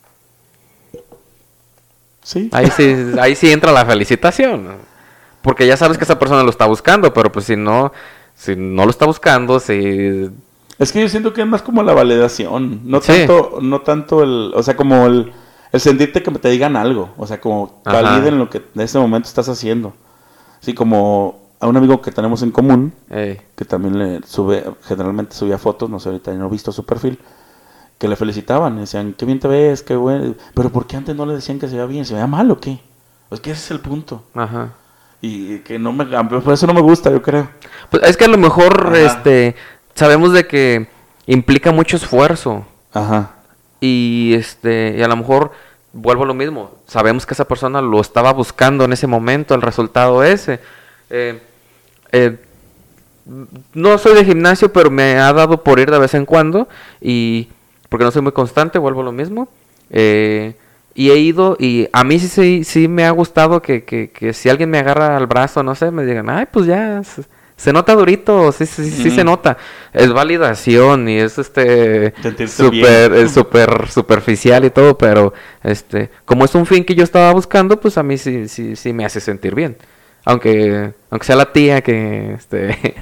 [SPEAKER 1] Sí.
[SPEAKER 2] Ahí sí, ahí sí entra la felicitación, ¿no? Porque ya sabes que esa persona lo está buscando, pero pues si no, si no lo está buscando, si...
[SPEAKER 1] Es que yo siento que es más como la validación, no
[SPEAKER 2] Sí.
[SPEAKER 1] tanto, no tanto el, o sea, como el, el sentirte que te digan algo, o sea, como
[SPEAKER 2] Ajá.
[SPEAKER 1] validen lo que en ese momento estás haciendo. Así como a un amigo que tenemos en común,
[SPEAKER 2] Ey,
[SPEAKER 1] que también le sube, generalmente subía fotos, no sé, ahorita no he visto su perfil, que le felicitaban, decían, qué bien te ves, qué bueno, pero ¿por qué antes no le decían que se veía bien? ¿Se veía mal o qué? Pues que ese es el punto.
[SPEAKER 2] ajá.
[SPEAKER 1] Y que no me, por eso no me gusta, yo creo.
[SPEAKER 2] Pues es que a lo mejor,
[SPEAKER 1] Ajá.
[SPEAKER 2] este, sabemos de que implica mucho esfuerzo.
[SPEAKER 1] Ajá.
[SPEAKER 2] Y este, y a lo mejor vuelvo a lo mismo. Sabemos que esa persona lo estaba buscando en ese momento, el resultado ese. Eh, eh, no soy de gimnasio, pero me ha dado por ir de vez en cuando. Y porque no soy muy constante, vuelvo a lo mismo. Eh, y he ido, y a mí sí, sí, sí me ha gustado que, que, que si alguien me agarra al brazo, no sé, me digan, ay, pues ya, se, se nota durito, sí, sí, sí, sí
[SPEAKER 1] Mm.
[SPEAKER 2] se nota. Es validación y es este
[SPEAKER 1] Sentirte
[SPEAKER 2] súper
[SPEAKER 1] bien.
[SPEAKER 2] es súper superficial y todo, pero este como es un fin que yo estaba buscando, pues a mí sí sí sí me hace sentir bien. Aunque aunque sea la tía que este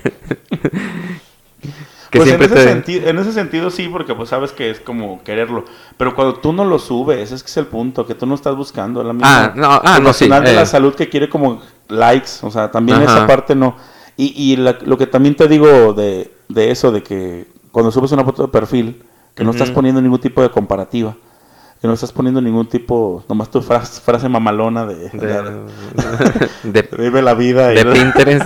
[SPEAKER 2] que
[SPEAKER 1] Pues en
[SPEAKER 2] siempre
[SPEAKER 1] ese,
[SPEAKER 2] te
[SPEAKER 1] senti- en ese sentido sí, porque pues sabes que es como quererlo. Pero cuando tú no lo subes, es que es el punto, que tú no estás buscando. Es la misma
[SPEAKER 2] Ah, no, ah, no, sí,
[SPEAKER 1] profesional de
[SPEAKER 2] eh.
[SPEAKER 1] la salud que quiere como likes, o sea, también
[SPEAKER 2] Ajá.
[SPEAKER 1] esa parte no. Y, y la- lo que también te digo de, de eso, de que cuando subes una foto de perfil, que no estás
[SPEAKER 2] Ujú.
[SPEAKER 1] poniendo ningún tipo de comparativa, que no estás poniendo ningún tipo, nomás tu frase, frase mamalona de,
[SPEAKER 2] de,
[SPEAKER 1] de-
[SPEAKER 2] de,
[SPEAKER 1] vive la vida. y
[SPEAKER 2] de
[SPEAKER 1] no-
[SPEAKER 2] Pinterest.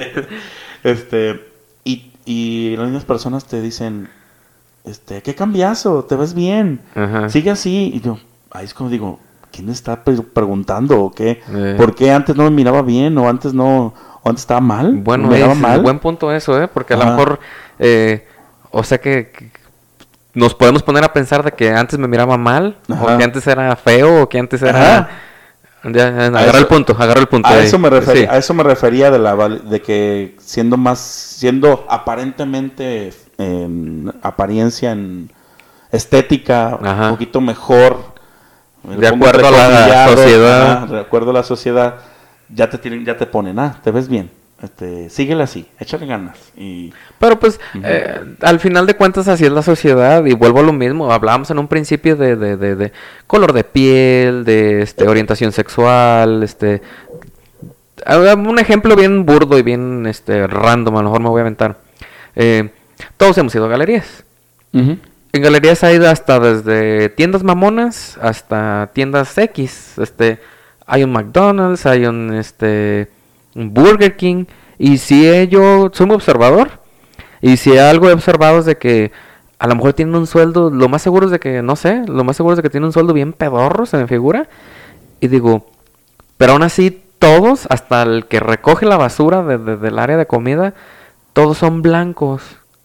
[SPEAKER 1] este, y, y las mismas personas te dicen, este, qué cambiazo, te ves bien,
[SPEAKER 2] Ajá.
[SPEAKER 1] sigue así. Y yo, ahí es como digo, ¿quién me está pre- preguntando o qué?
[SPEAKER 2] Eh.
[SPEAKER 1] ¿Por qué antes no me miraba bien o antes no, o antes estaba mal?
[SPEAKER 2] Bueno,
[SPEAKER 1] ¿Me miraba
[SPEAKER 2] es
[SPEAKER 1] mal?
[SPEAKER 2] buen punto eso, ¿eh? Porque a lo
[SPEAKER 1] Ajá.
[SPEAKER 2] mejor, eh, o sea que, que nos podemos poner a pensar de que antes me miraba mal,
[SPEAKER 1] Ajá.
[SPEAKER 2] o que antes era feo, o que antes era...
[SPEAKER 1] Ajá.
[SPEAKER 2] Ya, ya, agarra
[SPEAKER 1] eso-
[SPEAKER 2] el punto, agarra el punto.
[SPEAKER 1] A
[SPEAKER 2] ahí.
[SPEAKER 1] eso me refería,
[SPEAKER 2] Sí.
[SPEAKER 1] a eso me refería de la val- de que siendo más, siendo aparentemente en apariencia, en estética,
[SPEAKER 2] Ajá.
[SPEAKER 1] un poquito mejor, me
[SPEAKER 2] De
[SPEAKER 1] lo pongo
[SPEAKER 2] acuerdo a la
[SPEAKER 1] entrecomillado,
[SPEAKER 2] sociedad.
[SPEAKER 1] ajá, de acuerdo a la sociedad, ya te tienen, ya te ponen, ah, te ves bien, este, síguele así, échale ganas. Y
[SPEAKER 2] Pero pues,
[SPEAKER 1] Ujú.
[SPEAKER 2] eh, al final de cuentas así es la sociedad, y vuelvo a lo mismo, hablábamos en un principio de, de, de, de color de piel, de este orientación sexual, este... ah, un ejemplo bien burdo y bien este random, a lo mejor me voy a aventar. Eh, todos hemos ido a galerías. En galerías hay hasta desde tiendas mamonas hasta tiendas X. Este, hay un McDonald's, hay un este un Burger King. Y si he- yo soy muy observador. Y si algo he observado es de que a lo mejor tienen un sueldo, lo más seguro es de que, no sé, lo más seguro es de que tienen un sueldo bien pedorro, se me figura. Y digo, pero aún así todos, hasta el que recoge la basura de- de- del área de comida, todos son blancos.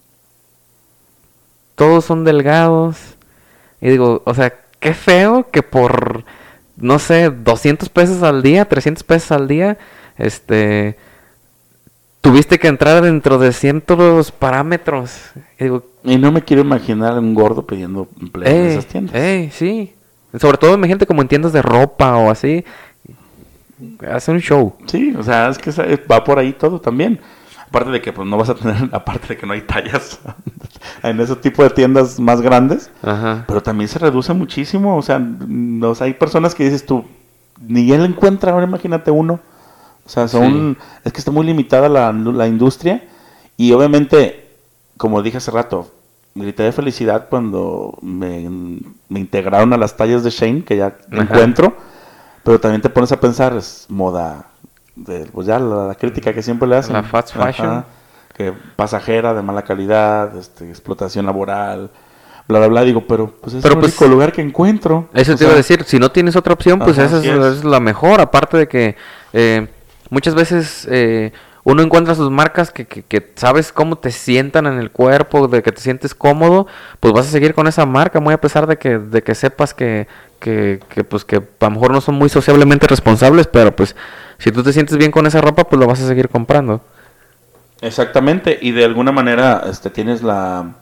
[SPEAKER 2] Todos son delgados. Y digo, o sea, qué feo que por, no sé, doscientos pesos al día, trescientos pesos al día, este, tuviste que entrar dentro de ciertos parámetros. Y digo,
[SPEAKER 1] Y no me quiero imaginar un gordo pidiendo empleo en
[SPEAKER 2] ey,
[SPEAKER 1] esas tiendas.
[SPEAKER 2] ey, sí. Sobre todo imagínate como en tiendas de ropa o así. Hace un show.
[SPEAKER 1] Sí, o sea, es que esa- va por ahí todo también. Aparte de que pues no vas a tener, aparte de que no hay tallas en ese tipo de tiendas más grandes,
[SPEAKER 2] Ajá.
[SPEAKER 1] pero también se reduce muchísimo, o sea, mm, o sea, hay personas que dices tú, ni él encuentra, ahora imagínate uno. O sea, son, sí. Es que está muy limitada la, la industria y obviamente, como dije hace rato, grité de felicidad cuando me, me integraron a las tallas de Shane, que ya Ajá. encuentro, pero también te pones a pensar, es moda, de, pues ya la, la crítica que siempre le hacen.
[SPEAKER 2] La fast fashion.
[SPEAKER 1] Ajá, que pasajera, de mala calidad, este, explotación laboral, bla, bla, bla. Digo, pero pues es pero el pues, único lugar que encuentro.
[SPEAKER 2] Eso o te sea, iba a decir, si no tienes otra opción, pues esa es, es. es la mejor, aparte de que eh, muchas veces... Eh, uno encuentra sus marcas que, que, que sabes cómo te sientan en el cuerpo, de que te sientes cómodo, pues vas a seguir con esa marca, muy a pesar de que, de que sepas que, que, que, pues que a lo mejor no son muy sociablemente responsables, pero pues si tú te sientes bien con esa ropa, pues lo vas a seguir comprando.
[SPEAKER 1] Exactamente, y de alguna manera este tienes la,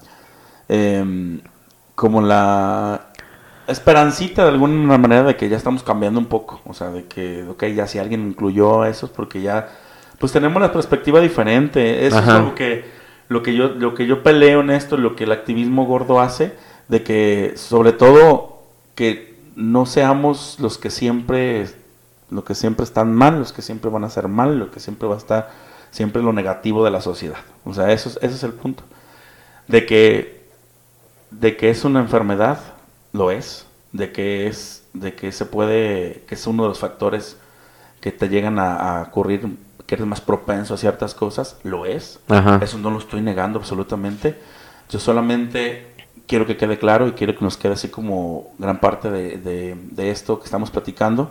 [SPEAKER 1] eh, como la esperancita de alguna manera de que ya estamos cambiando un poco, o sea, de que, ok, ya si alguien incluyó a esos, porque ya... pues tenemos la perspectiva diferente. Eso Ajá. es lo que, lo que yo, lo que yo peleo en esto, lo que el activismo gordo hace, de que sobre todo que no seamos los que siempre, los que siempre están mal, los que siempre van a ser mal, lo que siempre va a estar siempre lo negativo de la sociedad. O sea, eso es, ese es el punto. De que, de que es una enfermedad, lo es, de que es, de que se puede, que es uno de los factores que te llegan a, a ocurrir, que eres más propenso a ciertas cosas, lo es. Ajá. Eso no lo estoy negando absolutamente. Yo solamente quiero que quede claro y quiero que nos quede así como gran parte de, de, de esto que estamos platicando,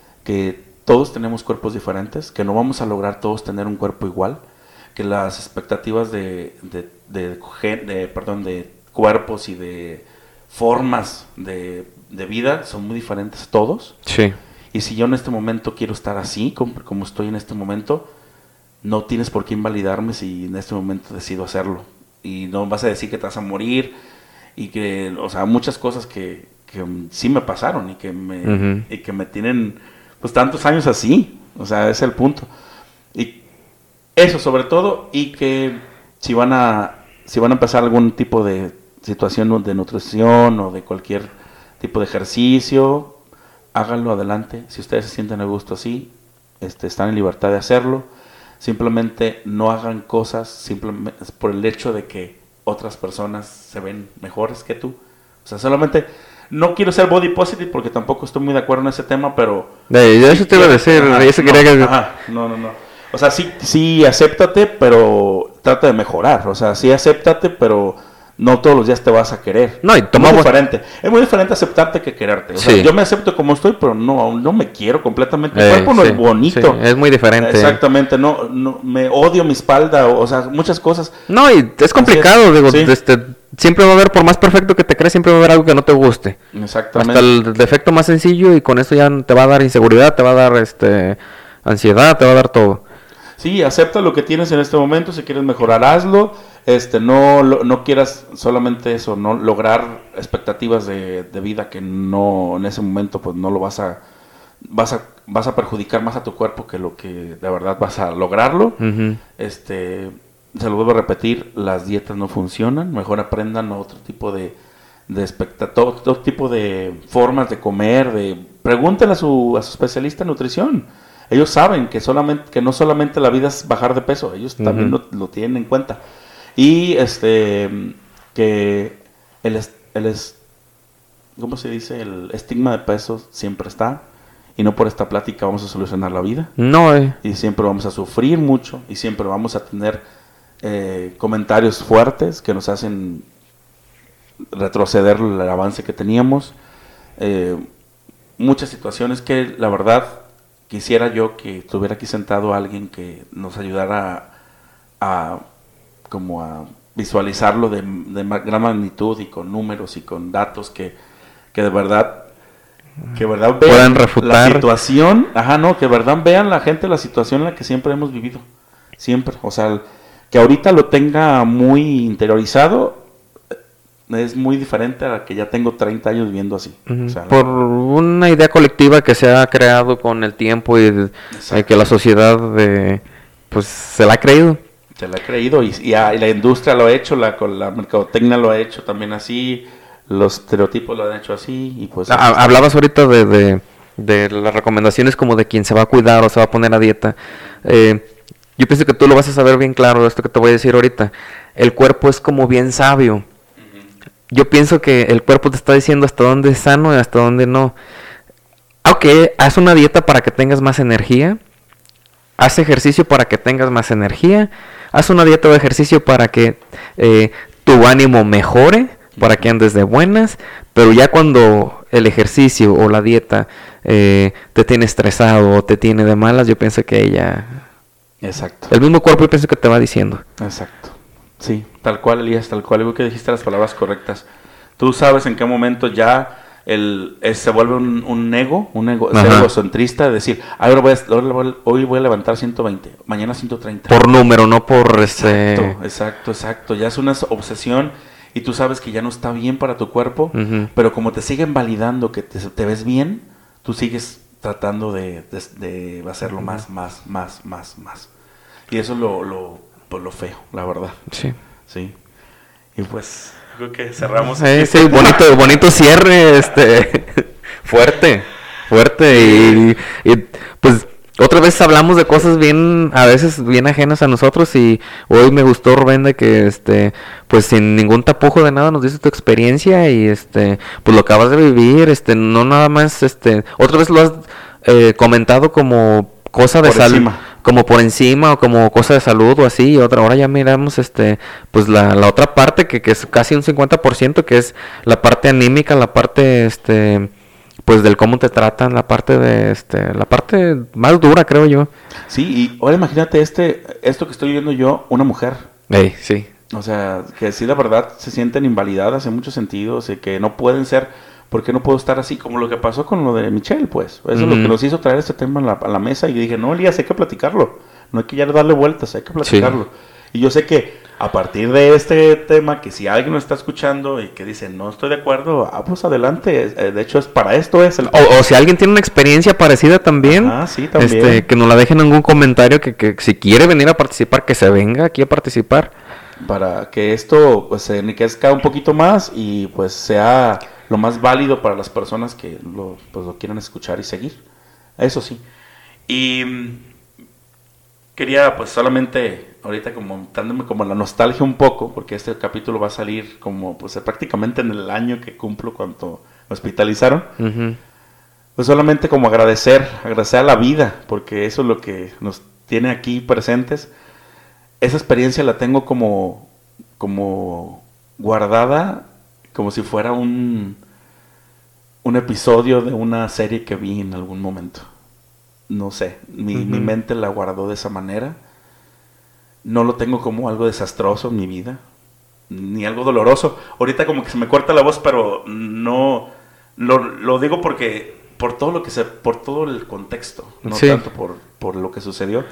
[SPEAKER 1] que todos tenemos cuerpos diferentes, que no vamos a lograr todos tener un cuerpo igual, que las expectativas de, de, de, de, de, perdón, de cuerpos y de formas de, de vida son muy diferentes todos.
[SPEAKER 2] Sí.
[SPEAKER 1] Y si yo en este momento quiero estar así, como, como estoy en este momento, no tienes por qué invalidarme si en este momento decido hacerlo. Y no vas a decir que te vas a morir y que, o sea, muchas cosas que, que sí me pasaron y que me, uh-huh. y que me tienen, pues, tantos años así. O sea, ese es el punto. Y eso sobre todo, y que si van a, si van a empezar algún tipo de situación de nutrición o de cualquier tipo de ejercicio, háganlo adelante. Si ustedes se sienten a gusto así, este, están en libertad de hacerlo. Simplemente no hagan cosas simplemente por el hecho de que otras personas se ven mejores que tú. O sea, solamente no quiero ser body positive porque tampoco estoy muy de acuerdo en ese tema, pero
[SPEAKER 2] de, yo eso te iba a decir, ajá, eso
[SPEAKER 1] no,
[SPEAKER 2] quería que...
[SPEAKER 1] ajá, no, no, no. O sea, sí, sí, acéptate, pero trata de mejorar. O sea, sí, acéptate, pero no todos los días te vas a querer.
[SPEAKER 2] No, y tomamos...
[SPEAKER 1] Es muy diferente. Es muy diferente aceptarte que quererte. O sea, sí. Yo me acepto como estoy, pero no, no me quiero completamente. El eh, cuerpo no sí, es bonito.
[SPEAKER 2] Sí, es muy diferente.
[SPEAKER 1] Exactamente. No, no, me odio mi espalda. O, o sea, muchas cosas.
[SPEAKER 2] No, y es complicado. Es. Digo, sí. este, siempre va a haber, por más perfecto que te creas, siempre va a haber algo que no te guste.
[SPEAKER 1] Exactamente.
[SPEAKER 2] Hasta el defecto más sencillo, y con eso ya te va a dar inseguridad, te va a dar este ansiedad, te va a dar todo.
[SPEAKER 1] Sí, acepta lo que tienes en este momento. Si quieres mejorar, hazlo. Este, no, no quieras solamente eso, no lograr expectativas de, de vida que no, en ese momento, pues no lo vas a, vas a, vas a perjudicar más a tu cuerpo que lo que de verdad vas a lograrlo. Uh-huh. Este, se lo vuelvo a repetir, las dietas no funcionan. Mejor aprendan otro tipo de, de expectativa, otro tipo de formas de comer. De, pregúntenle a su, a su especialista en nutrición. Ellos saben que solamente, que no solamente la vida es bajar de peso, ellos uh-huh. también lo, lo tienen en cuenta. Y este que el, el ¿cómo se dice? El estigma de peso siempre está, y no por esta plática vamos a solucionar la vida.
[SPEAKER 2] No, eh.
[SPEAKER 1] Y siempre vamos a sufrir mucho, y siempre vamos a tener eh, comentarios fuertes que nos hacen retroceder el avance que teníamos. Eh, muchas situaciones que la verdad quisiera yo que estuviera aquí sentado alguien que nos ayudara a, a como a visualizarlo de, de gran magnitud y con números y con datos que, que de verdad que de verdad vean
[SPEAKER 2] puedan refutar
[SPEAKER 1] la situación, ajá, no, que de verdad vean la gente la situación en la que siempre hemos vivido, siempre, o sea, que ahorita lo tenga muy interiorizado es muy diferente a la que ya tengo treinta años viviendo así.
[SPEAKER 2] Uh-huh.
[SPEAKER 1] O sea,
[SPEAKER 2] por la... una idea colectiva que se ha creado con el tiempo y eh, que la sociedad de, pues se la ha creído.
[SPEAKER 1] Se la ha creído y, y, a, y la industria lo ha hecho, la, la mercadotecnia lo ha hecho también así, los estereotipos lo han hecho así. Y pues
[SPEAKER 2] ah, hablabas ahorita de, de, de las recomendaciones como de quien se va a cuidar o se va a poner a dieta, eh, yo pienso que tú lo vas a saber bien claro, esto que te voy a decir ahorita. El cuerpo es como bien sabio. Yo pienso que el cuerpo te está diciendo hasta dónde es sano y hasta dónde no. Ok, haz una dieta para que tengas más energía. Haz ejercicio para que tengas más energía. Haz una dieta de ejercicio para que eh, tu ánimo mejore, para que andes de buenas. Pero ya cuando el ejercicio o la dieta eh, te tiene estresado o te tiene de malas, yo pienso que ella...
[SPEAKER 1] Exacto.
[SPEAKER 2] El mismo cuerpo yo pienso que te va diciendo.
[SPEAKER 1] Exacto. Sí, tal cual, Elías, tal cual. Digo que dijiste las palabras correctas. Tú sabes en qué momento ya el, es, se vuelve un, un ego, un ego, ser egocentrista, de decir, ahora voy a, ahora voy a, hoy voy a levantar ciento veinte, mañana ciento treinta.
[SPEAKER 2] Por número, no por ese...
[SPEAKER 1] Exacto, exacto, exacto. Ya es una obsesión y tú sabes que ya no está bien para tu cuerpo, uh-huh. pero como te siguen validando que te, te ves bien, tú sigues tratando de, de, de hacerlo uh-huh. más, más, más, más, más. Y eso es lo, lo, pues lo feo, la verdad.
[SPEAKER 2] Sí.
[SPEAKER 1] Sí. Y pues... Creo que cerramos.
[SPEAKER 2] Sí, sí, bonito, bonito cierre, este, fuerte, fuerte y, y pues otra vez hablamos de cosas bien, a veces bien ajenas a nosotros y hoy me gustó, Rubén, de que este, pues sin ningún tapujo de nada nos dices tu experiencia y este, pues lo acabas de vivir, este, no nada más, este, otra vez lo has eh, comentado como cosa de salud, como por encima o como cosa de salud o así, y otra ahora ya miramos este pues la, la otra parte que, que es casi un cincuenta por ciento, que es la parte anímica, la parte este pues del cómo te tratan, la parte de este la parte más dura, creo yo.
[SPEAKER 1] Sí, y ahora imagínate este esto que estoy viendo yo, una mujer.
[SPEAKER 2] Ey, sí.
[SPEAKER 1] O sea, que sí, la verdad se sienten invalidadas en muchos sentidos y que no pueden ser. ¿Por qué no puedo estar así? Como lo que pasó con lo de Michelle, pues. Eso uh-huh. es lo que nos hizo traer este tema a la, a la mesa. Y dije, no, Elías, hay que platicarlo. No hay que ya darle vueltas, hay que platicarlo. Sí. Y yo sé que a partir de este tema, que si alguien lo está escuchando y que dice, no estoy de acuerdo, ah, pues adelante. De hecho, es para esto es el...
[SPEAKER 2] O, o si alguien tiene una experiencia parecida también.
[SPEAKER 1] Ah, sí, también.
[SPEAKER 2] Este, que nos la dejen en algún comentario, que, que si quiere venir a participar, que se venga aquí a participar.
[SPEAKER 1] Para que esto pues, se enriquezca un poquito más y pues sea... lo más válido para las personas que lo, pues, lo quieran escuchar y seguir. Eso sí. Y quería pues solamente ahorita como dándome como la nostalgia un poco, porque este capítulo va a salir como pues prácticamente en el año que cumplo cuando me hospitalizaron. Uh-huh. Pues solamente como agradecer, agradecer a la vida, porque eso es lo que nos tiene aquí presentes. Esa experiencia la tengo como, como guardada, como si fuera un, un episodio de una serie que vi en algún momento. No sé, mi, uh-huh. mi mente la guardó de esa manera. No lo tengo como algo desastroso en mi vida, ni algo doloroso. Ahorita como que se me corta la voz, pero no lo, lo digo porque por todo lo que se, por todo el contexto, no sí. tanto por, por lo que sucedió.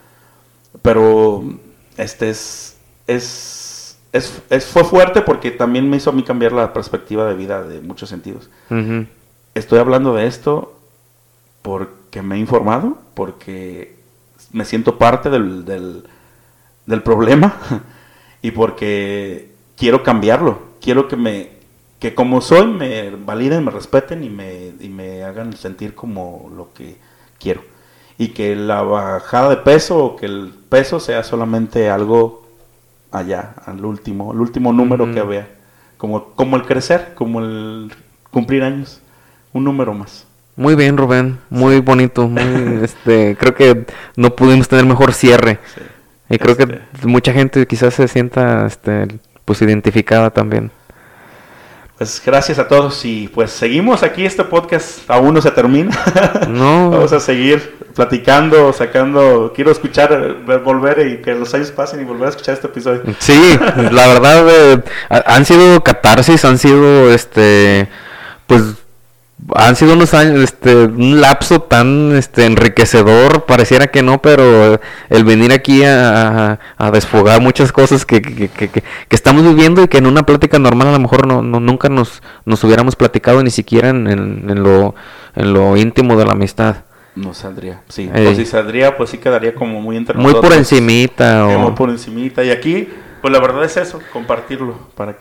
[SPEAKER 1] Pero este es es Es, es, fue fuerte porque también me hizo a mí cambiar la perspectiva de vida de muchos sentidos. Uh-huh. Estoy hablando de esto porque me he informado, porque me siento parte del, del, del problema y porque quiero cambiarlo. Quiero que me que como soy me validen, me respeten y me, y me hagan sentir como lo que quiero. Y que la bajada de peso o que el peso sea solamente algo... allá, al último, el último número uh-huh. que vea, como, como el crecer, como el cumplir años, un número más.
[SPEAKER 2] Muy bien, Rubén, muy bonito, muy, este, creo que no pudimos tener mejor cierre, sí. y creo este... que mucha gente quizás se sienta, este, pues identificada también.
[SPEAKER 1] Pues gracias a todos y pues seguimos aquí, este podcast aún no se termina, no. Vamos a seguir platicando, sacando, quiero escuchar, volver y que los años pasen y volver a escuchar este episodio.
[SPEAKER 2] Sí, la verdad eh, han sido catarsis, han sido este, pues han sido unos años, este, un lapso tan este enriquecedor, pareciera que no, pero el venir aquí a, a desfogar muchas cosas que, que, que, que, que estamos viviendo y que en una plática normal a lo mejor no, no nunca nos, nos hubiéramos platicado ni siquiera en, en, en lo en lo íntimo de la amistad.
[SPEAKER 1] No saldría, sí. Eh. O si saldría, pues sí quedaría como muy entre
[SPEAKER 2] muy nosotros. Por encimita.
[SPEAKER 1] O...
[SPEAKER 2] Muy
[SPEAKER 1] por encimita. Y aquí, pues la verdad es eso, compartirlo para que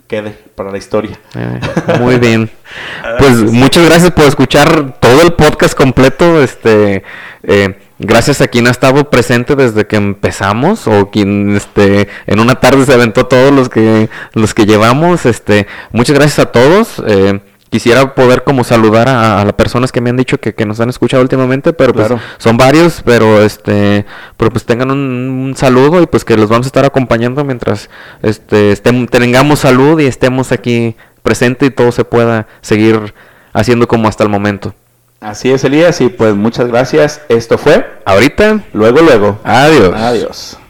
[SPEAKER 1] quede para la historia.
[SPEAKER 2] Eh, muy bien. Pues muchas gracias por escuchar todo el podcast completo. Este, eh, gracias a quien ha estado presente desde que empezamos o quien, este, en una tarde se aventó todos los que los que llevamos. Este, muchas gracias a todos. Eh, Quisiera poder como saludar a, a las personas que me han dicho que, que nos han escuchado últimamente, pero pues
[SPEAKER 1] Claro.
[SPEAKER 2] son varios, pero este, pero pues tengan un, un saludo y pues que los vamos a estar acompañando mientras este estemos, tengamos salud y estemos aquí presentes y todo se pueda seguir haciendo como hasta el momento.
[SPEAKER 1] Así es, Elías, y pues muchas gracias. Esto fue
[SPEAKER 2] Ahorita,
[SPEAKER 1] Luego Luego.
[SPEAKER 2] adiós.
[SPEAKER 1] Adiós.